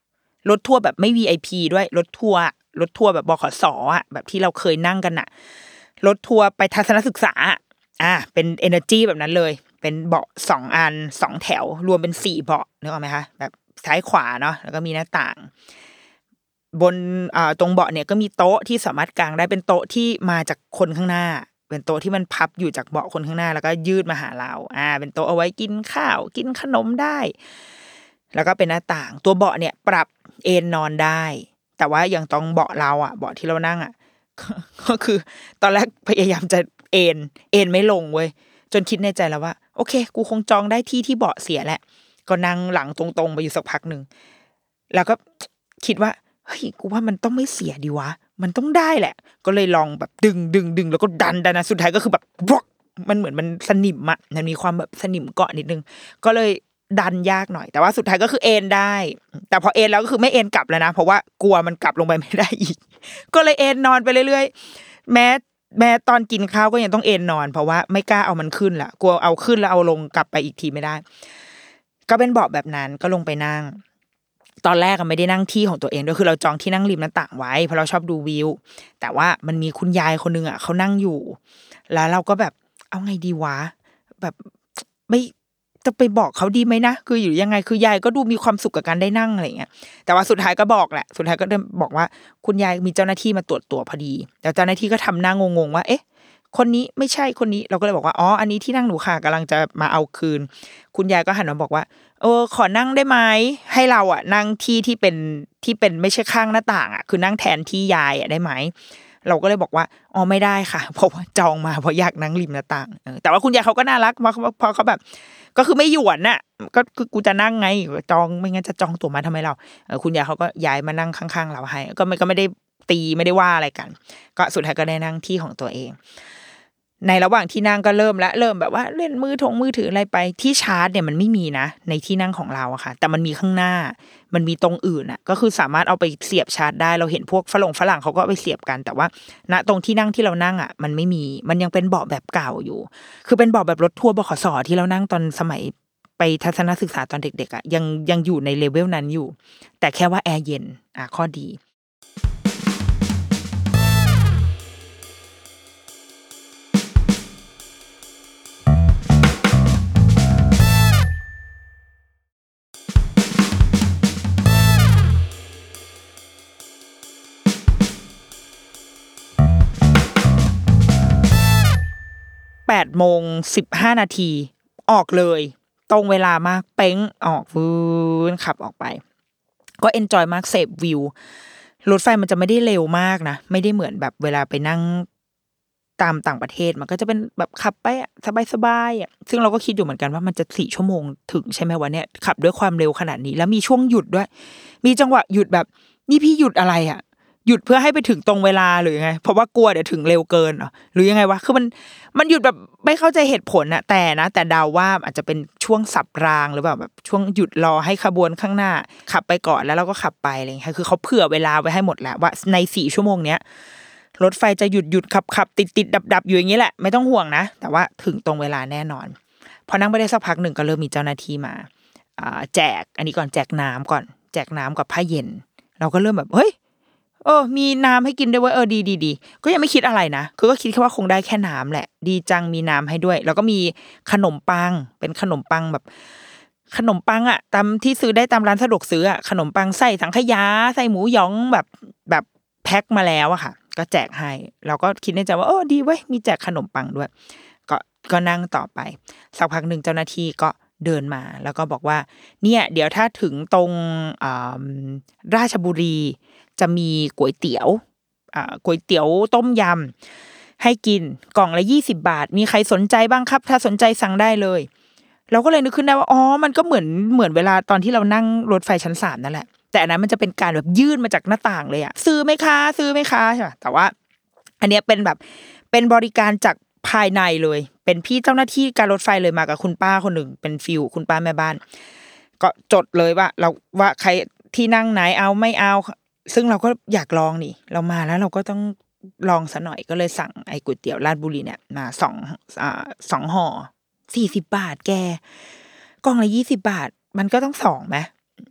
รถทัวร์แบบไม่ วี ไอ พี ด้วยรถทัวร์รถทัวร์แบบบขสอ่ะแบบที่เราเคยนั่งกันน่ะรถทัวร์ไปทัศนศึกษาอ่ะเป็น Energy แบบนั้นเลยเป็นเบาะสองอันสองแถวรวมเป็นสี่เบาะนึกออกมั้ยคะแบบซ้ายขวาเนาะแล้วก็มีหน้าต่างบนอ่าตรงเบาะเนี่ยก็มีโต๊ะที่สามารถกางได้เป็นโต๊ะที่มาจากคนข้างหน้าเป็นโต๊ะที่มันพับอยู่จากเบาะคนข้างหน้าแล้วก็ยืดมาหาเราอ่าเป็นโต๊ะเอาไว้กินข้าวกินขนมได้แล้วก็เป็นหน้าต่างตัวเบาะเนี่ยปรับเอนนอนได้แต่ว่าอย่างตรงเบาะเราอ่ะเบาะที่เรานั่งอ่ะก็คือตอนแรกพยายามจะเอนเอนไม่ลงเว้ยจนคิดในใจแล้วว่าโอเคกูคงจองได้ที่ที่เบาะเสียแหละก็นั่งหลังตรงๆไปอยู่สักพักนึงแล้วก็คิดว่าเฮ้ยกูว่ามันต้องไม่เสียดีวะมันต้องได้แหละก็เลยลองแบบดึงดึงดึงแล้วก็ดันดันนะสุดท้ายก็คือแบบบล็อกมันเหมือนมันสนิมอ่ะมันมีความแบบสนิมเกาะนิดนึงก็เลยดันยากหน่อยแต่ว่าสุดท้ายก็คือเอนได้แต่พอเอนแล้วก็คือไม่เอนกลับแล้วนะเพราะว่ากลัวมันกลับลงไปไม่ได้อีกก็เลยเอนนอนไปเรื่อยๆแม้แม้ตอนกินข้าวก็ยังต้องเอนนอนเพราะว่าไม่กล้าเอามันขึ้นละกลัวเอาขึ้นแล้วเอาลงกลับไปอีกทีไม่ได้ก็เป็นเบาะแบบนั้นก็ลงไปนั่งตอนแรกก็ไม่ได้นั่งที่ของตัวเองด้วยคือเราจองที่นั่งริมหน้าต่างไว้เพราะเราชอบดูวิวแต่ว่ามันมีคุณยายคนนึงอ่ะเขานั่งอยู่แล้วเราก็แบบเอาไงดีวะแบบไม่จะไปบอกเขาดีไหมนะคืออยู่ยังไงคือยายก็ดูมีความสุขกับการได้นั่งอะไรเงี้ยแต่ว่าสุดท้ายก็บอกแหละสุดท้ายก็บอกว่าคุณยายมีเจ้าหน้าที่มาตรวจตัวพอดีแล้วเจ้าหน้าที่ก็ทำหน้างงๆว่าเอ๊ะคนนี้ไม่ใช่คนนี้เราก็เลยบอกว่าอ๋ออันนี้ที่นั่งหนูค่ะกำลังจะมาเอาคืนคุณยายก็หันมาบอกว่าเออขอนั่งได้ไหมให้เราอ่ะนั่งที่ที่เป็นที่เป็นไม่ใช่ข้างหน้าต่างอ่ะคือนั่งแทนที่ยายอ่ะได้ไหมเราก็เลยบอกว่าอ๋อไม่ได้ค่ะเพราะว่าจองมาเพราะอยากนั่งริมหน้าต่างแต่ว่าคุณยายเขาก็น่ารักเพราะเพราะเขาแบบก็คือไม่หยวนน่ะก็คือกูจะนั่งไงจองไม่งั้นจะจองตั๋วมาทำไมเราคุณยายเขาก็ย้ายมานั่งข้างๆเราให้ก็ไม่ก็ไม่ได้ตีไม่ได้ว่าอะไรกันก็สุดท้ายก็ได้นั่งที่ของตัวเองในระหว่างที่นั่งก็เริ่มแล้วเริ่มแบบว่าเล่นมือถงมือถืออะไรไปที่ชาร์จเนี่ยมันไม่มีนะในที่นั่งของเราอะค่ะแต่มันมีข้างหน้ามันมีตรงอื่นอะก็คือสามารถเอาไปเสียบชาร์จได้เราเห็นพวกฝรั่งฝรั่งเขาก็ไปเสียบกันแต่ว่าณตรงที่นั่งที่เรานั่งอะมันไม่มีมันยังเป็นเบาะแบบเก่าอยู่คือเป็นเบาะแบบรถทัวร์บขส.ที่เรานั่งตอนสมัยไปทัศนศึกษาตอนเด็กๆอะยังยังอยู่ในเลเวลนั้นอยู่แต่แค่ว่าแอร์เย็นอ่ะข้อดีแปดโมงสิบห้านาทีออกเลยตรงเวลามากเป้งออกฟื้นขับออกไปก็เอนจอยมากเสพวิวรถไฟมันจะไม่ได้เร็วมากนะไม่ได้เหมือนแบบเวลาไปนั่งตามต่างประเทศมันก็จะเป็นแบบขับไปสบายๆอ่ะซึ่งเราก็คิดอยู่เหมือนกันว่ามันจะสี่ชั่วโมงถึงใช่ไหมวะเนี่ยขับด้วยความเร็วขนาดนี้แล้วมีช่วงหยุดด้วยมีจังหวะหยุดแบบนี่พี่หยุดอะไรอ่ะหยุดเพื่อให้ไปถึงตรงเวลาหรือยังไงเพราะว่ากลัวเดี๋ยวถึงเร็วเกินเหรอหรือยังไงวะคือมันมันหยุดแบบไม่เข้าใจเหตุผลน่ะแต่นะแต่เดาว่าอาจจะเป็นช่วงสับรางหรือเปล่าแบบช่วงหยุดรอให้ขบวนข้างหน้าขับไปก่อนแล้วเราก็ขับไปอะไรอย่างเงี้ยคือเขาเผื่อเวลาไว้ให้หมดแล้วว่าในสี่ชั่วโมงเนี้ยรถไฟจะหยุดหยุดขับขับติดติดดับดับอยู่อย่างนี้แหละไม่ต้องห่วงนะแต่ว่าถึงตรงเวลาแน่นอนพอนั่งไปได้สักพักหนึ่งก็เริ่มมีเจ้าหน้าที่มาอ่าแจกอันนี้ก่อนแจกน้ำก่อนแจกน้ำกับผ้าเย็นเราก็เริ่มแบบเฮ้ยเออมีน้ำให้กินด้วยเว้ยเออดีดีดีก็ยังไม่คิดอะไรนะคือก็คิดแค่ว่าคงได้แค่น้ำแหละดีจังมีน้ำให้ด้วยแล้วก็มีขนมปังเป็นขนมปังแบบขนมปังอ่ะตามที่ซื้อได้ตามร้านสะดวกซื้ออ่ะขนมปังใส่สังขยาใส่หมูหยองแบบแบบแพ็คมาแล้วอะค่ะก็แจกให้เราก็คิดในใจว่าเออดีเว้ยมีแจกขนมปังด้วยก็ก็นั่งต่อไปสักพักหนึ่งเจ้าหน้าที่ก็เดินมาแล้วก็บอกว่าเนี่ยเดี๋ยวถ้าถึงตรงราชบุรีจะมีก๋วยเตี๋ยวอ่าก๋วยเตี๋ยวต้มยำให้กินกล่องละยี่สิบบาทมีใครสนใจบ้างครับถ้าสนใจสั่งได้เลยเราก็เลยนึกขึ้นได้ว่าอ๋อมันก็เหมือนเหมือนเวลาตอนที่เรานั่งรถไฟชั้นสามนั่นแหละแต่อันนั้นมันจะเป็นการแบบยื่นมาจากหน้าต่างเลยอะซื้อไหมคะซื้อไหมคะใช่ป่ะแต่ว่าอันเนี้ยเป็นแบบเป็นบริการจากภายในเลยเป็นพี่เจ้าหน้าที่การรถไฟเลยมากับคุณป้าคนหนึ่งเป็นฟิลคุณป้าแม่บ้านก็จดเลยว่าเราว่าใครที่นั่งไหนเอาไม่เอาซึ่งเราก็อยากลองนี่เรามาแล้วเราก็ต้องลองซะหน่อยก็เลยสั่งไอ้ก๋วยเตี๋ยวราชบุรีเนี่ยมาสองอ่าสองห่อสี่สิบบาทแกกล่องละยี่สิบบาทมันก็ต้องสองไหม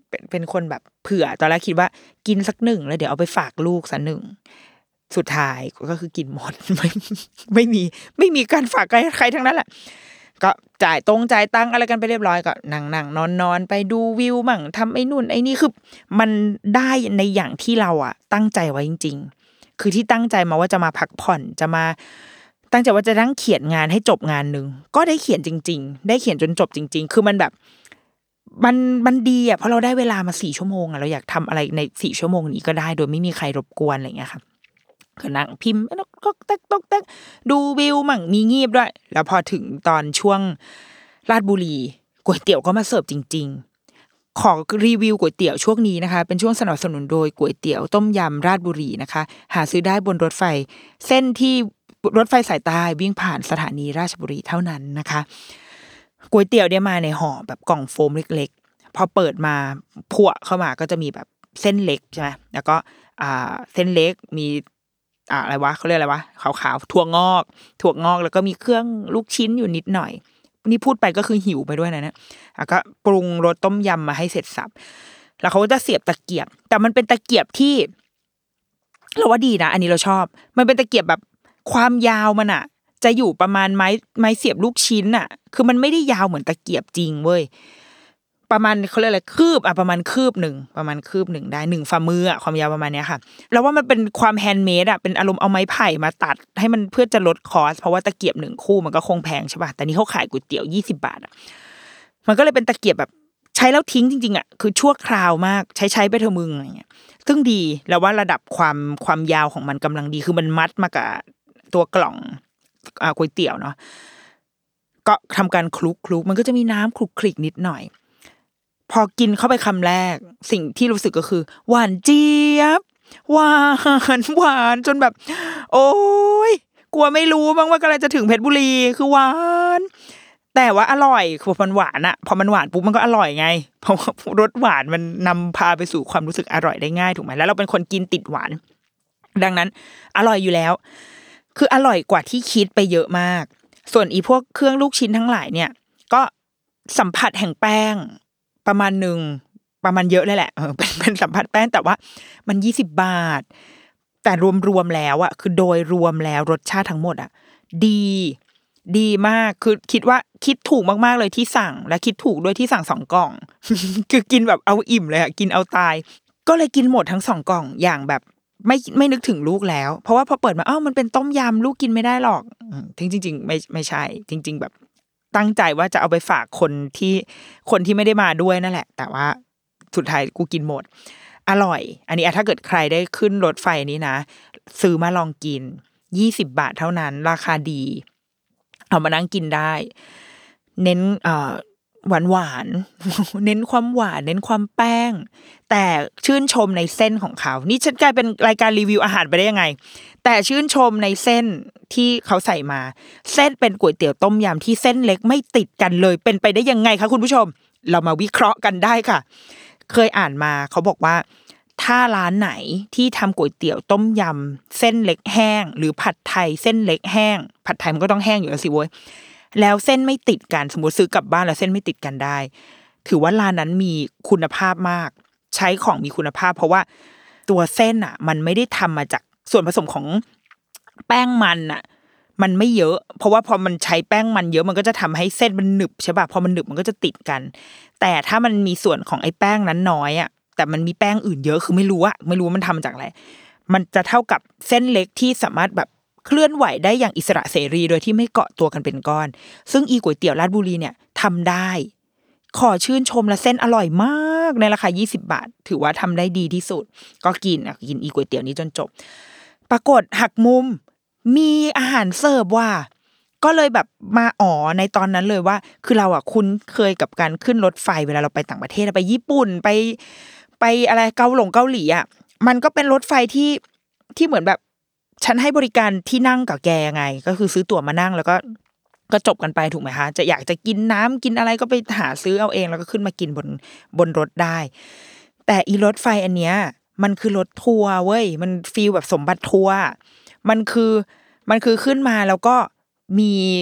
เป็นเป็นคนแบบเผื่อตอนแรกคิดว่ากินสักหนึ่งแล้วเดี๋ยวเอาไปฝากลูกสักหนึ่งสุดท้ายก็คือกินหมด ไม่ไม่มีไม่มีการฝากใครทั้งนั้นแหละก็จ่ายตรงจ่ายตังอะไรกันไปเรียบร้อยก็นั่งนั่งนอนนอนไปดูวิวมั่งทำไอ้นู่นไอ้นี่คือมันได้ในอย่างที่เราอ่ะตั้งใจไว้จริงๆคือที่ตั้งใจมาว่าจะมาพักผ่อนจะมาตั้งใจว่าจะนั่งเขียนงานให้จบงานนึงก็ได้เขียนจริงๆได้เขียนจนจบจริงๆคือมันแบบมันมันดีอ่ะเพราะเราได้เวลามาสี่ชั่วโมงอ่ะเราอยากทำอะไรในสี่ชั่วโมงนี้ก็ได้โดยไม่มีใครรบกวนอะไรอย่างเงี้ยค่ะก็นั่งพิมพ์ก็แต๊กต๊กแต๊กดูวิวมั่งมีงีบด้วยแล้วพอถึงตอนช่วงลาดบุรีก๋วยเตี๋ยวก็มาเสิร์ฟจริงๆขอรีวิวก๋วยเตี๋ยวช่วงนี้นะคะเป็นช่วงสนับสนุนโดยก๋วยเตี๋ยวต้มยำราชบุรีนะคะหาซื้อได้บนรถไฟเส้นที่รถไฟสายใต้วิ่งผ่านสถานีราชบุรีเท่านั้นนะคะก๋วยเตี๋ยวเนี่ยมาในห่อแบบกล่องโฟมเล็กๆพอเปิดมาผัวเข้ามาก็จะมีแบบเส้นเล็กใช่ไหมแล้วก็อ่าเส้นเล็กมีอ่าอะไรวะเขาเรียกอะไรวะขาวๆถั่วงอกถั่วงอกแล้วก็มีเครื่องลูกชิ้นอยู่นิดหน่อยนี่พูดไปก็คือหิวไปด้วยนะเนี่ยแล้วก็ปรุงรสต้มยำมาให้เสร็จสับแล้วเขาก็จะเสียบตะเกียบแต่มันเป็นตะเกียบที่เราว่าดีนะอันนี้เราชอบมันเป็นตะเกียบแบบความยาวมันอะจะอยู่ประมาณไม้ไม้เสียบลูกชิ้นอะคือมันไม่ได้ยาวเหมือนตะเกียบจริงเว้ยประมาณเขาเรียกอะไรคืบอ่ะประมาณคืบหนึ่งประมาณคืบหนึ่งได้หนึ่งฝ่ามืออ่ะความยาวประมาณเนี้ยค่ะแล้วว่ามันเป็นความแฮนด์เมดอ่ะเป็นอารมณ์เอาไม้ไผ่มาตัดให้มันเพื่อจะลดคอสเพราะว่าตะเกียบหนึ่งคู่มันก็คงแพงใช่ป่ะแต่นี่เขาขายก๋วยเตี๋ยวยี่สิบบาทอ่ะมันก็เลยเป็นตะเกียบแบบใช้แล้วทิ้งจริงๆอ่ะคือชั่วคราวมากใช้ใช้ไปเถอะมึงอะไรเงี้ยซึ่งดีแล้วว่าระดับความความยาวของมันกำลังดีคือมันมัดมากับตัวกล่องอ่าก๋วยเตี๋ยวเนาะก็ทำการคลุกคลุกมันก็จะมีน้ำคลุกคลิกนิดหน่อยพอกินเข้าไปคำแรกสิ่งที่รู้สึกก็คือหวานเจี๊ยบหวานหวานจนแบบโอ๊ยกลัวไม่รู้บ้างว่ากำลังจะถึงเพชรบุรีคือหวานแต่ว่าอร่อยคือมันหวานอะพอมันหวานปุ๊บมันก็อร่อยไงเพราะรสหวานมันนำพาไปสู่ความรู้สึกอร่อยได้ง่ายถูกไหมแล้วเราเป็นคนกินติดหวานดังนั้นอร่อยอยู่แล้วคืออร่อยกว่าที่คิดไปเยอะมากส่วนอีพวกเครื่องลูกชิ้นทั้งหลายเนี่ยก็สัมผัสแห่งแป้งประมาณหนึ่งประมาณเยอะเลยแหละเออเป็นเป็นสัมผัสแป้งแต่ว่ามันยี่สิบบาทแต่รวมๆแล้วอ่ะคือโดยรวมแล้วรสชาติทั้งหมดอ่ะดีดีมากคือคิดว่าคิดถูกมากๆเลยที่สั่งและคิดถูกด้วยที่สั่งสองกล่อง คือกินแบบเอาอิ่มเลยอ่ะกินเอาตายก็เลยกินหมดทั้งสองกล่องอย่างแบบไม่ไม่นึกถึงลูกแล้วเพราะว่าพอเปิดมาอ้าวมันเป็นต้มยำลูกกินไม่ได้หรอกจริงจริงๆไม่ไม่ใช่จริงๆแบบตั้งใจว่าจะเอาไปฝากคนที่คนที่ไม่ได้มาด้วยนั่นแหละแต่ว่าสุดท้ายกูกินหมดอร่อยอันนี้ถ้าเกิดใครได้ขึ้นรถไฟนี้นะซื้อมาลองกินยี่สิบบาทเท่านั้นราคาดีเอามานั่งกินได้เน้นเอ่อหวานหวานเน้นความหวานเน้นความแป้งแต่ชื่นชมในเส้นของเขานี่ฉันกลายเป็นรายการรีวิวอาหารไปได้ยังไงแต่ชื่นชมในเส้นที่เขาใส่มาเส้นเป็นก๋วยเตี๋ยวต้มยำที่เส้นเล็กไม่ติดกันเลยเป็นไปได้ยังไงคะคุณผู้ชมเรามาวิเคราะห์กันได้ค่ะเคยอ่านมาเขาบอกว่าถ้าร้านไหนที่ทำก๋วยเตี๋ยวต้มยำเส้นเล็กแห้งหรือผัดไทยเส้นเล็กแห้งผัดไทยมันก็ต้องแห้งอยู่แล้วสิเว้ยแล้วเส้นไม่ติดกันสมมติซื้อกลับบ้านแล้วเส้นไม่ติดกันได้ถือว่าร้านนั้นมีคุณภาพมากใช้ของมีคุณภาพเพราะว่าตัวเส้นอ่ะมันไม่ได้ทำมาจากส่วนผสมของแป้งมันอ่ะมันไม่เยอะเพราะว่าพอมันใช้แป้งมันเยอะมันก็จะทำให้เส้นมันหนึบใช่ป่ะพอมันหนึบมันก็จะติดกันแต่ถ้ามันมีส่วนของไอ้แป้งนั้นน้อยอ่ะแต่มันมีแป้งอื่นเยอะคือไม่รู้อะไม่รู้มันทำมาจากอะไรมันจะเท่ากับเส้นเล็กที่สามารถแบบเคลื่อนไหวได้อย่างอิสระเสรีโดยที่ไม่เกาะตัวกันเป็นก้อนซึ่งอีก๋วยเตี๋ยวราชบุรีเนี่ยทำได้ขอชื่นชมและเส้นอร่อยมากในราคายี่สิบบาทถือว่าทำได้ดีที่สุดก็กินอ่ะกินอีก๋วยเตี๋ยวนี้จนจบปรากฏหักมุมมีอาหารเสิร์ฟว่าก็เลยแบบมาอ๋อในตอนนั้นเลยว่าคือเราอ่ะคุ้นเคยกับการขึ้นรถไฟเวลาเราไปต่างประเทศไปญี่ปุ่นไปไปอะไรเกาหลงเกาหลีอ่ะมันก็เป็นรถไฟที่ที่เหมือนแบบฉันให้บริการที่นั่งกับแกไงก็คือซื้อตั๋วมานั่งแล้วก็ก็จบกันไปถูกไหมคะจะอยากจะกินน้ำกินอะไรก็ไปหาซื้อเอาเองแล้วก็ขึ้นมากินบนบนรถได้แต่อีรถไฟอันเนี้ยมันคือรถทัวร์เว้ยมันฟีลแบบสมบัติทัวร์มันคือมันคือขึ้นมาแล้วก็มี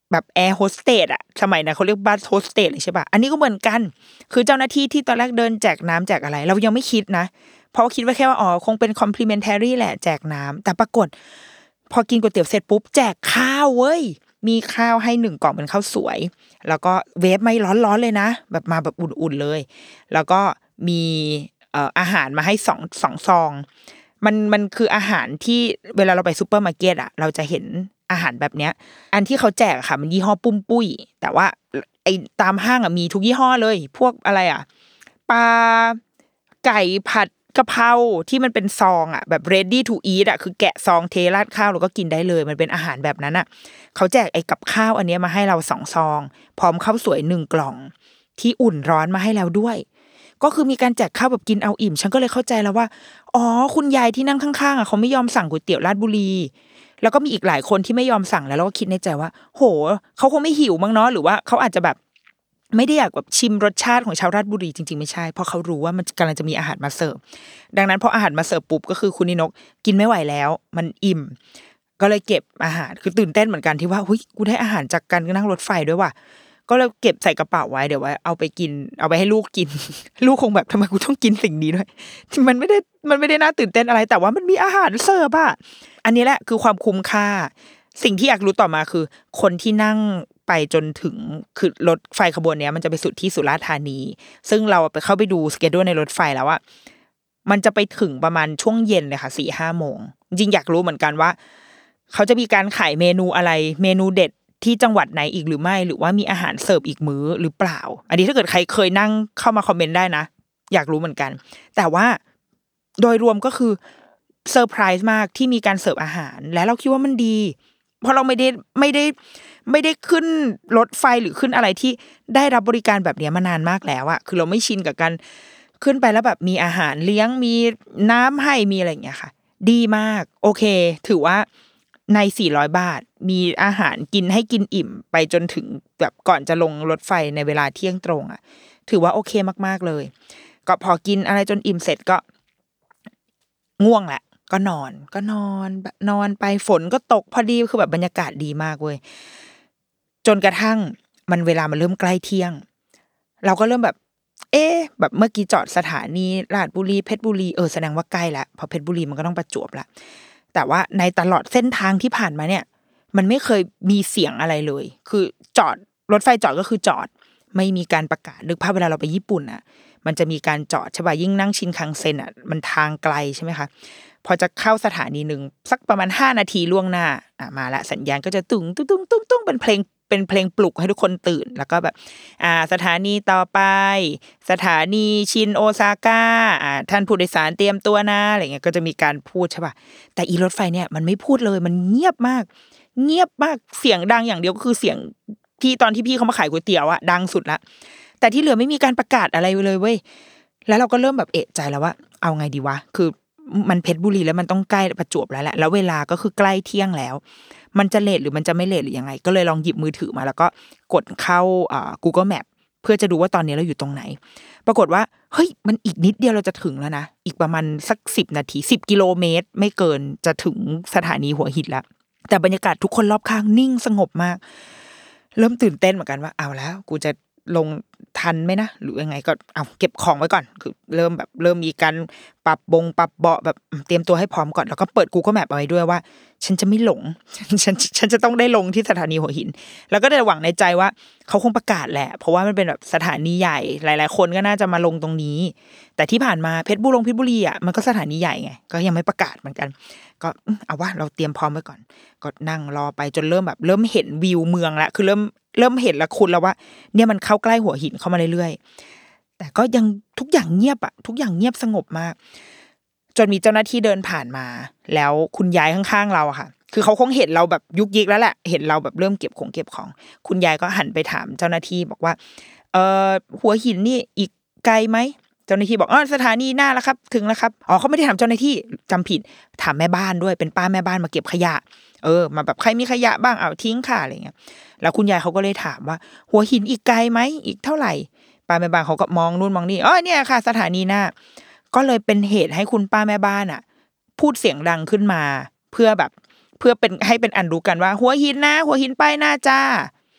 แบบแอร์โฮสเตสอะสมัยนั้นเขาเรียกบัสโฮสเตสเลยใช่ป่ะอันนี้ก็เหมือนกันคือเจ้าหน้าที่ที่ตอนแรกเดินแจกน้ำแจกอะไรเรายังไม่คิดนะเพราะคิดว่าแค่ว่าอ๋อคงเป็น complimentary แหละแจกน้ำแต่ปรากฏพอกินก๋วยเตี๋ยวเสร็จปุ๊บแจกข้าวเว้ยมีข้าวให้หนึ่งกล่องเป็นข้าวสวยแล้วก็เวฟไม่ร้อนๆเลยนะแบบมาแบบอุ่นๆเลยแล้วก็มีเอ่ออาหารมาให้สองสองซองมันมันคืออาหารที่เวลาเราไปซูเปอร์มาร์เก็ตอ่ะเราจะเห็นอาหารแบบเนี้ยอันที่เขาแจกอะค่ะมันยี่ห้อปุ้มปุ้ยแต่ว่าไอ้ตามห้างอ่ะมีทุกยี่ห้อเลยพวกอะไรอ่ะปลาไก่ผัดกะเพราที่มันเป็นซองอ่ะแบบ ready to eat อ่ะคือแกะซองเทราดข้าวแล้วก็กินได้เลยมันเป็นอาหารแบบนั้นอ่ะเขาแจกไอ้กับข้าวอันเนี้ยมาให้เราสองซองพร้อมข้าวสวยหนึ่งกล่องที่อุ่นร้อนมาให้เราด้วยก็คือมีการแจกข้าวแบบกินเอาอิ่มฉันก็เลยเข้าใจแล้วว่าอ๋อคุณยายที่นั่งข้างๆอ่ะเขาไม่ยอมสั่งก๋วยเตี๋ยวราชบุรีแล้วก็มีอีกหลายคนที่ไม่ยอมสั่งแล้วเราก็คิดในใจว่าโหเขาคงไม่หิวมั้งเนาะหรือว่าเขาอาจจะแบบไม่ได้อยากแบบชิมรสชาติของชาวราชบุรีจริงๆไม่ใช่เพราะเขารู้ว่ามันกำลังจะมีอาหารมาเสิร์ฟดังนั้นพออาหารมาเสิร์ฟปุ๊บก็คือคุณนินกกินไม่ไหวแล้วมันอิ่มก็เลยเก็บอาหารคือตื่นเต้นเหมือนกันที่ว่าหุ้ยกูได้อาหารจากการนั่งรถไฟด้วยว่ะก็เลยเก็บใส่กระเป๋าไว้เดี๋ยวไว้เอาไปกินเอาไปให้ลูกกิน ลูกคงแบบทำไมกูต้องกินสิ่งนี้ด้วยมันไม่ได้มันไม่ได้น่าตื่นเต้นอะไรแต่ว่ามันมีอาหารเสิร์ฟอ่ะอันนี้แหละคือความคุ้มค่าสิ่งที่อยากรู้ต่อมาคือคนที่นั่งไปจนถึงคือรถไฟขบวนเนี้ยมันจะไปสุดที่สุราษฎร์ธานีซึ่งเราไปเข้าไปดูสเกดูลในรถไฟแล้วอะมันจะไปถึงประมาณช่วงเย็นเลยค่ะสี่ห้าโมงจริงอยากรู้เหมือนกันว่าเขาจะมีการขายเมนูอะไรเมนูเด็ดที่จังหวัดไหนอีกหรือไม่หรือว่ามีอาหารเสิร์ฟอีกมื้อหรือเปล่าอันนี้ถ้าเกิดใครเคยนั่งเข้ามาคอมเมนต์ได้นะอยากรู้เหมือนกันแต่ว่าโดยรวมก็คือเซอร์ไพรส์มากที่มีการเสิร์ฟอาหารและเราคิดว่ามันดีเพราะเราไม่ได้ไม่ได้ไม่ได้ขึ้นรถไฟหรือขึ้นอะไรที่ได้รับบริการแบบนี้มานานมากแล้วอะคือเราไม่ชินกับการขึ้นไปแล้วแบบมีอาหารเลี้ยงมีน้ำให้มีอะไรอย่างเงี้ยค่ะดีมากโอเคถือว่าในสี่ร้อยบาทมีอาหารกินให้กินอิ่มไปจนถึงแบบก่อนจะลงรถไฟในเวลาเที่ยงตรงอะถือว่าโอเคมากๆเลยก็พอกินอะไรจนอิ่มเสร็จก็ง่วงแหละก็นอนก็นอนแบบนอนไปฝนก็ตกพอดีคือแบบบรรยากาศดีมากเว้ยจนกระทั่งมันเวลามันเริ่มใกล้เที่ยงเราก็เริ่มแบบเอ๊ะแบบเมื่อกี้จอดสถานีราชบุรีเพชรบุรีเออแสดงว่าใกล้แล้วพอเพชรบุรีมันก็ต้องประจวบละแต่ว่าในตลอดเส้นทางที่ผ่านมาเนี่ยมันไม่เคยมีเสียงอะไรเลยคือจอดรถไฟจอดก็คือจอดไม่มีการประกาศนึกภาพเวลาเราไปญี่ปุ่นอ่ะมันจะมีการจอดใช่ป่ะยิ่งนั่งชินคังเซ็นอ่ะมันทางไกลใช่ไหมคะพอจะเข้าสถานีหนึ่งสักประมาณห้านาทีล่วงหน้าอ่ะมาละสัญญาณก็จะตึ้งตึ้งตึ้งตึ้งตึ้งเป็นเพลงเป็นเพลงปลุกให้ทุกคนตื่นแล้วก็แบบอ่าสถานีต่อไปสถานีชินโอซาก้าอ่าท่านผู้โดยสารเตรียมตัวนะอะไรเงี้ยก็จะมีการพูดใช่ป่ะแต่อีรถไฟเนี่ยมันไม่พูดเลยมันเงียบมากเงียบมากเสียงดังอย่างเดียวก็คือเสียงที่ตอนที่พี่เขามาขายก๋วยเตี๋ยวอะดังสุดละแต่ที่เหลือไม่มีการประกาศอะไรเลยเว้ยแล้วเราก็เริ่มแบบเอะใจแล้วว่าเอาไงดีวะคือมันเพชรบุรีแล้วมันต้องใกล้ประจวบแล้วแหละแล้วเวลาก็คือใกล้เที่ยงแล้วมันจะเลทหรือมันจะไม่เลทหรือยังไงก็เลยลองหยิบมือถือมาแล้วก็กดเข้าอ่า Google Map เพื่อจะดูว่าตอนนี้เราอยู่ตรงไหนปรากฏว่าเฮ้ยมันอีกนิดเดียวเราจะถึงแล้วนะอีกประมาณสักสิบนาทีสิบกิโลเมตรไม่เกินจะถึงสถานีหัวหินแล้วแต่บรรยากาศทุกคนรอบข้างนิ่งสงบมากเริ่มตื่นเต้นเหมือนกันว่าเอาแล้วกูจะลงทันไหมนะหรือยังไงก็เอาเก็บของไว้ก่อนคือเริ่มแบบเริ่มมีการปรับบงปรับเบาะแบบเตรียมตัวให้พร้อมก่อนแล้วก็เปิด Google Map เอาไว้ด้วยว่าฉันจะไม่หลงฉันฉันจะต้องได้ลงที่สถานีหัวหินแล้วก็ได้หวังในใจว่าเขาคงประกาศแหละเพราะว่ามันเป็นแบบสถานีใหญ่หลายๆคนก็น่าจะมาลงตรงนี้แต่ที่ผ่านมาเพชรบุรีเพชรบุรีอ่ะมันก็สถานีใหญ่ไงก็ยังไม่ประกาศเหมือนกันก็เอาว่าเราเตรียมพร้อมไว้ก่อนก็นั่งรอไปจนเริ่มแบบเริ่มเห็นวิวเมืองละคือเริ่มเริ่มเห็นแล้วคุณแล้วว่าเนี่ยมันเข้าใกล้หัวหินเข้ามาเรื่อยๆแต่ก็ยังทุกอย่างเงียบอ่ะทุกอย่างเงียบสงบมากจนมีเจ้าหน้าที่เดินผ่านมาแล้วคุณยายข้างๆเราอะค่ะคือเขาคงเห็นเราแบบยุกยิกแล้วแหละเห็นเราแบบเริ่มเก็บของเก็บของคุณยายก็หันไปถามเจ้าหน้าที่บอกว่าเอ่อหัวหินนี่อีกไกลไหมเจ้าหน้าที่บอกอ๋อสถานีหน้าแล้วครับถึงแล้วครับอ๋อเขาไม่ได้ถามเจ้าหน้าที่จำผิดถามแม่บ้านด้วยเป็นป้าแม่บ้านมาเก็บขยะเออมาแบบใครมีขยะบ้างเอาทิ้งค่ะอะไรเงี้ยแล้วคุณยายเขาก็เลยถามว่าหัวหินอีกไกลไหมอีกเท่าไหร่ป้าแม่บ้านเขาก็มองนู่นมองนี่อ๋อเนี่ยค่ะสถานีหน้าก็เลยเป็นเหตุให้คุณป้าแม่บ้านอ่ะพูดเสียงดังขึ้นมาเพื่อแบบเพื่อเป็นให้เป็นอันรู้กันว่าหัวหินนะหัวหินไปหน้าจ้า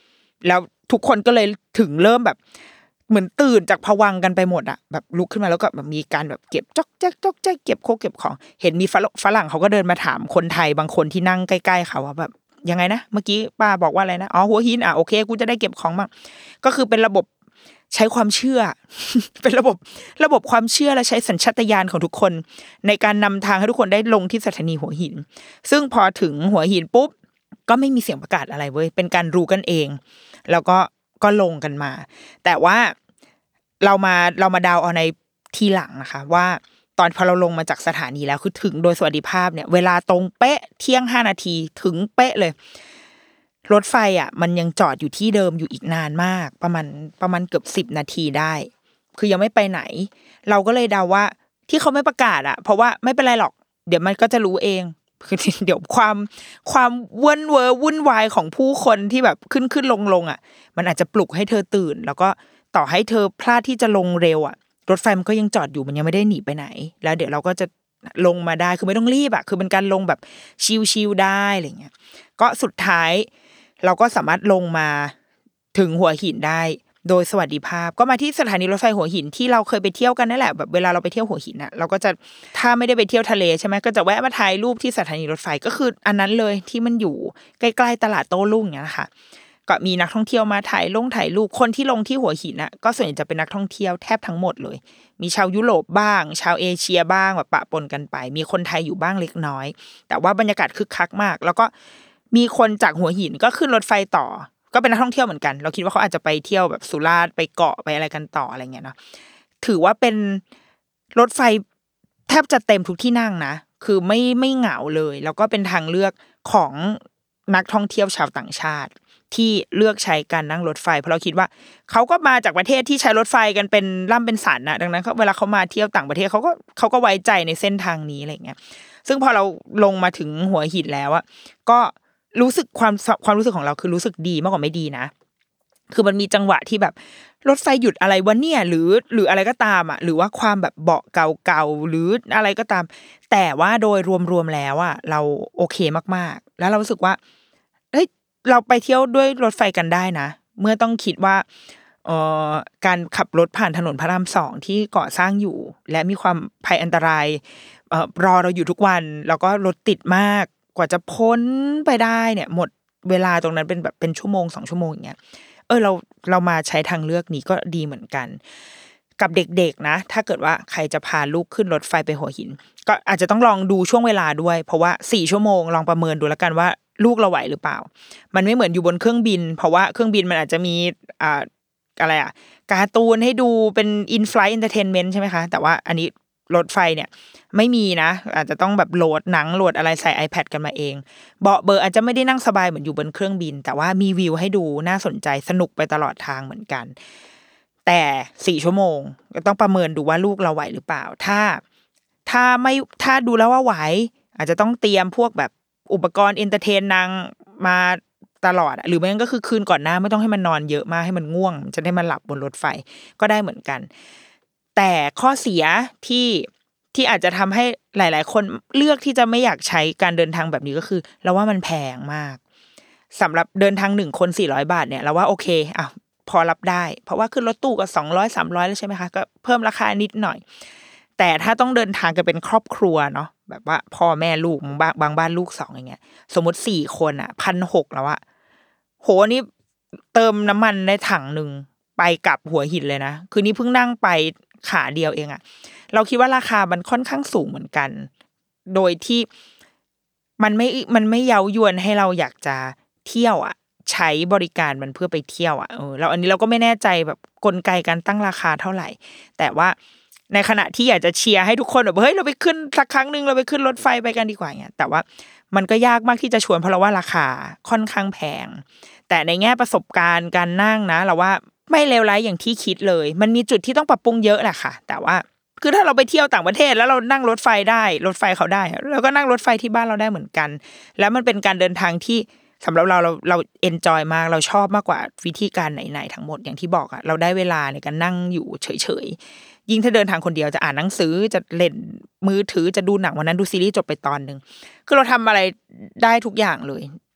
แล้วทุกคนก็เลยถึงเริ่มแบบเหมือนตื่นจากภวังค์กันไปหมดอะแบบลุกขึ้นมาแล้วก็แบบมีการแบบเก็บจ๊อกแจ๊กจ๊อกแจ๊กเก็บโคกเก็บของเห็นมีฝรั่งเขาก็เดินมาถามคนไทยบางคนที่นั่งใกล้ๆเขาว่าแบบยังไงนะเมื่อกี้ป้าบอกว่าอะไรนะอ๋อหัวหินอ่ะโอเคกูจะได้เก็บของบ้างก็คือเป็นระบบใช้ความเชื่อ เป็นระบบระบบความเชื่อและใช้สัญชาตญาณของทุกคนในการนำทางให้ทุกคนได้ลงที่สถานีหัวหินซึ่งพอถึงหัวหินปุ๊บก็ไม่มีเสียงประกาศอะไรเว้ยเป็นการรู้กันเองแล้วก็ก็ลงกันมาแต่ว่าเรามาเรามาเดาเอาในทีหลังนะคะว่าตอนพอเราลงมาจากสถานีแล้วคือถึงโดยสวัสดิภาพเนี่ยเวลาตรงเป๊ะเที่ยงห้านาทีถึงเป๊ะเลยรถไฟอ่ะมันยังจอดอยู่ที่เดิมอยู่อีกนานมากประมาณประมาณเกือบสิบนาทีได้คือยังไม่ไปไหนเราก็เลยเดาว่าที่เขาไม่ประกาศอ่ะเพราะว่าไม่เป็นไรหรอกเดี๋ยวมันก็จะรู้เองคือเดี๋ยวความความวุ่นเวอร์วุ่นวายของผู้คนที่แบบขึ้นขึ้นลงลงอ่ะมันอาจจะปลุกให้เธอตื่นแล้วก็ต่อให้เธอพลาดที่จะลงเร็วอ่ะรถไฟมันก็ยังจอดอยู่มันยังไม่ได้หนีไปไหนแล้วเดี๋ยวเราก็จะลงมาได้คือไม่ต้องรีบอ่ะคือเป็นการลงแบบชิลๆได้อะไรเงี้ยก็สุดท้ายเราก็สามารถลงมาถึงหัวหินได้โดยสวัสดิภาพก็มาที่สถานีรถไฟหัวหินที่เราเคยไปเที่ยวกันนั่นแหละแบบเวลาเราไปเที่ยวหัวหินอ่ะเราก็จะถ้าไม่ได้ไปเที่ยวทะเลใช่ไหมก็จะแวะมาถ่ายรูปที่สถานีรถไฟก็คืออันนั้นเลยที่มันอยู่ใกล้ๆตลาดโต้รุ่งอย่างเงี้ยนะคะก็มีนักท่องเที่ยวมาถ่ายลงถ่ายรูปคนที่ลงที่หัวหินอ่ะก็ส่วนใหญ่จะเป็นนักท่องเที่ยวแทบทั้งหมดเลยมีชาวยุโรปบ้างชาวเอเชียบ้างแบบปะปนกันไปมีคนไทยอยู่บ้างเล็กน้อยแต่ว่าบรรยากาศคึกคักมากแล้วก็มีคนจากหัวหินก็ขึ้นรถไฟต่อก็เป็นนักท่องเที่ยวเหมือนกันเราคิดว่าเขาอาจจะไปเที่ยวแบบสุราษฎร์ไปเกาะไปอะไรกันต่ออะไรเงี้ยเนาะถือว่าเป็นรถไฟแทบจะเต็มทุกที่นั่งนะคือไม่ไม่เหงาเลยแล้วก็เป็นทางเลือกของนักท่องเที่ยวชาวต่างชาติที่เลือกใช้การนั่งรถไฟเพราะเราคิดว่าเขาก็มาจากประเทศที่ใช้รถไฟกันเป็นล่ำเป็นสันนะดังนั้นเวลาเขามาเที่ยวต่างประเทศเขาก็เขาก็ไว้ใจในเส้นทางนี้อะไรเงี้ยซึ่งพอเราลงมาถึงหัวหินแล้วอะก็รู้สึกความความรู้สึกของเราคือรู้สึกดีมากกว่าไม่ดีนะคือมันมีจังหวะที่แบบรถไฟหยุดอะไรวะเนี่ยหรือหรืออะไรก็ตามอ่ะหรือว่าความแบบเบาะเก่าๆหรืออะไรก็ตามแต่ว่าโดยรวมๆแล้วอ่ะเราโอเคมากๆแล้วเรารู้สึกว่าเฮ้ยเราไปเที่ยวด้วยรถไฟกันได้นะเมื่อต้องคิดว่าเอ่อการขับรถผ่านถนนพระรามสองที่ก่อสร้างอยู่และมีความภัยอันตรายเอ่อรอเราอยู่ทุกวันแล้วก็รถติดมากกว่าจะพ้นไปได้เนี่ยหมดเวลาตรงนั้นเป็นแบบเป็นชั่วโมงสองชั่วโมงอย่างเงี้ยเออเราเรามาใช้ทางเลือกนี้ก็ดีเหมือนกันกับเด็กๆนะถ้าเกิดว่าใครจะพาลูกขึ้นรถไฟไปหัวหินก็อาจจะต้องลองดูช่วงเวลาด้วยเพราะว่าสี่ชั่วโมงลองประเมินดูแล้วกันว่าลูกเราไหวหรือเปล่ามันไม่เหมือนอยู่บนเครื่องบินเพราะว่าเครื่องบินมันอาจจะมีอ่าอะไรอ่ะการ์ตูนให้ดูเป็น in flight entertainment ใช่ไหมคะแต่ว่าอันนี้รถไฟเนี่ยไม่มีนะอาจจะต้องแบบโหลดหนังโหลดอะไรใส่ iPad กันมาเองเบาะเบอร์อาจจะไม่ได้นั่งสบายเหมือนอยู่บนเครื่องบินแต่ว่ามีวิวให้ดูน่าสนใจสนุกไปตลอดทางเหมือนกันแต่สี่ชั่วโมงก็ต้องประเมินดูว่าลูกเราไหวหรือเปล่าถ้าถ้าไม่ถ้าดูแล้วว่าไหวอาจจะต้องเตรียมพวกแบบอุปกรณ์เอนเตอร์เทนนางมาตลอดหรือไม่งั้นก็คือคืนก่อนหน้าไม่ต้องให้มันนอนเยอะมากให้มันง่วงจะได้มาหลับบนรถไฟก็ได้เหมือนกันแต่ข้อเสียที่ที่อาจจะทำให้หลายๆคนเลือกที่จะไม่อยากใช้การเดินทางแบบนี้ก็คือเราว่ามันแพงมากสำหรับเดินทางหนึ่งคนสี่ร้อยบาทเนี่ยเราว่าโอเคอ่ะพอรับได้เพราะว่าขึ้นรถตู้ก็สองร้อย สามร้อยแล้วใช่ไหมคะก็เพิ่มราคานิดหน่อยแต่ถ้าต้องเดินทางกันเป็นครอบครัวเนาะแบบว่าพ่อแม่ลูกบางบางบ้านลูกสองอย่างเงี้ยสมมติสี่คนอ่ะ หนึ่งพันหกร้อย แล้วอะโหนี่เติมน้ำมันได้ถังนึงไปกลับหัวหินเลยนะคือนี่เพิ่งนั่งไปขาเดียวเองอะเราคิดว่าราคามันค่อนข้างสูงเหมือนกันโดยที่มันไม่มันไม่เย้ายวนให้เราอยากจะเที่ยวอ่ะใช้บริการมันเพื่อไปเที่ยวอ่ะเออแล้วอันนี้เราก็ไม่แน่ใจแบบกลไกการตั้งราคาเท่าไหร่แต่ว่าในขณะที่อยากจะเชียร์ให้ทุกคนแบบเฮ้ยเราไปขึ้นสักครั้งนึงเราไปขึ้นรถไฟไปกันดีกว่าเงี้ยแต่ว่ามันก็ยากมากที่จะชวนเพราะเราว่าราคาค่อนข้างแพงแต่ในแง่ประสบการณ์การนั่งนะเราว่าไม่เลวร้ายอย่างที่คิดเลยมันมีจุดที่ต้องปรับปรุงเยอะแหละค่ะแต่ว่าคือถ้าเราไปเที่ยวต่างประเทศแล้วเรานั่งรถไฟได้รถไฟเขาได้เราก็นั่งรถไฟที่บ้านเราได้เหมือนกันแล้วมันเป็นการเดินทางที่สำหรับเราเราเราเอนจอยมากเราชอบมากกว่าวิธีการไหนๆทั้งหมดอย่างที่บอกอะเราได้เวลาในการนั่งอยู่เฉยๆยิ่งถ้าเดินทางคนเดียวจะอ่านหนังสือจะเล่นมือถือจะดูหนังวันนั้นดูซีรีส์จบไปตอนนึงคือเราทำอะไรได้ทุกอย่างเลย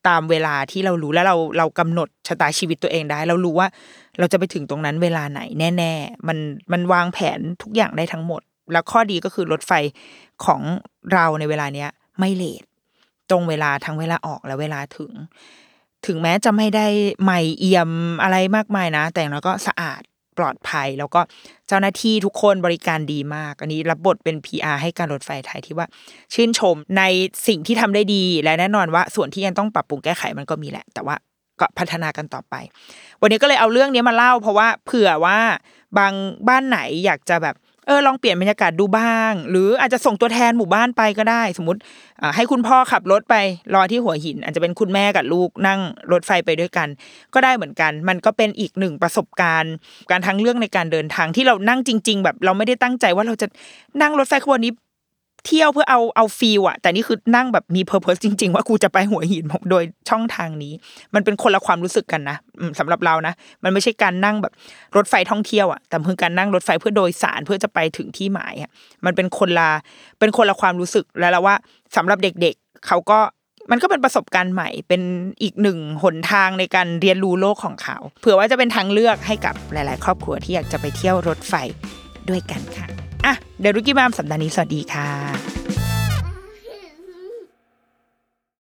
ตามเวลาที่เรารู้แล้วเราเรากำหนดชะตาชีวิตตัวเองได้เรารู้ว่าเราจะไปถึงตรงนั้นเวลาไหนแน่ๆมันมันวางแผนทุกอย่างได้ทั้งหมดแล้วข้อดีก็คือรถไฟของเราในเวลาเนี้ยไม่เลทตรงเวลาทั้งเวลาออกและเวลาถึงถึงแม้จะไม่ได้ใหม่เอี่ยมอะไรมากมายนะแต่อย่างน้อยก็สะอาดปลอดภัยแล้วก็เจ้าหน้าที่ทุกคนบริการดีมากอันนี้รับบทเป็น พี อาร์ ให้การรถไฟไทยที่ว่าชื่นชมในสิ่งที่ทำได้ดีและแน่นอนว่าส่วนที่ยังต้องปรับปรุงแก้ไขมันก็มีแหละแต่ว่าก็พัฒนากันต่อไปวันนี้ก็เลยเอาเรื่องนี้มาเล่าเพราะว่าเผื่อว่าบางบ้านไหนอยากจะแบบเออลองเปลี่ยนบรรยากาศดูบ้างหรืออาจจะส่งตัวแทนหมู่บ้านไปก็ได้สมมติให้คุณพ่อขับรถไปรอที่หัวหินอาจจะเป็นคุณแม่กับลูกนั่งรถไฟไปด้วยกันก็ได้เหมือนกันมันก็เป็นอีกหนึ่งประสบการณ์การทั้งเรื่องในการเดินทางที่เรานั่งจริงๆแบบเราไม่ได้ตั้งใจว่าเราจะนั่งรถไฟขบวนนี้เที่ยวเพื่อเอาเอาฟีลอะแต่นี่คือนั่งแบบมีเพอร์เพสจริงๆว่ากูจะไปหัวหินโดยช่องทางนี้มันเป็นคนละความรู้สึกกันนะสำหรับเรานะมันไม่ใช่การนั่งแบบรถไฟท่องเที่ยวอะแต่คือการนั่งรถไฟเพื่อโดยสารเพื่อจะไปถึงที่หมายอะมันเป็นคนละเป็นคนละความรู้สึกแล้วเราว่าสำหรับเด็กๆเขาก็มันก็เป็นประสบการณ์ใหม่เป็นอีกหนึ่งหนทางในการเรียนรู้โลกของเขาเผื่อว่าจะเป็นทางเลือกให้กับหลายๆครอบครัวที่อยากจะไปเที่ยวรถไฟด้วยกันค่ะอ่ะเดรุกี้มามสัปดาห์นี้สวัสดีค่ะ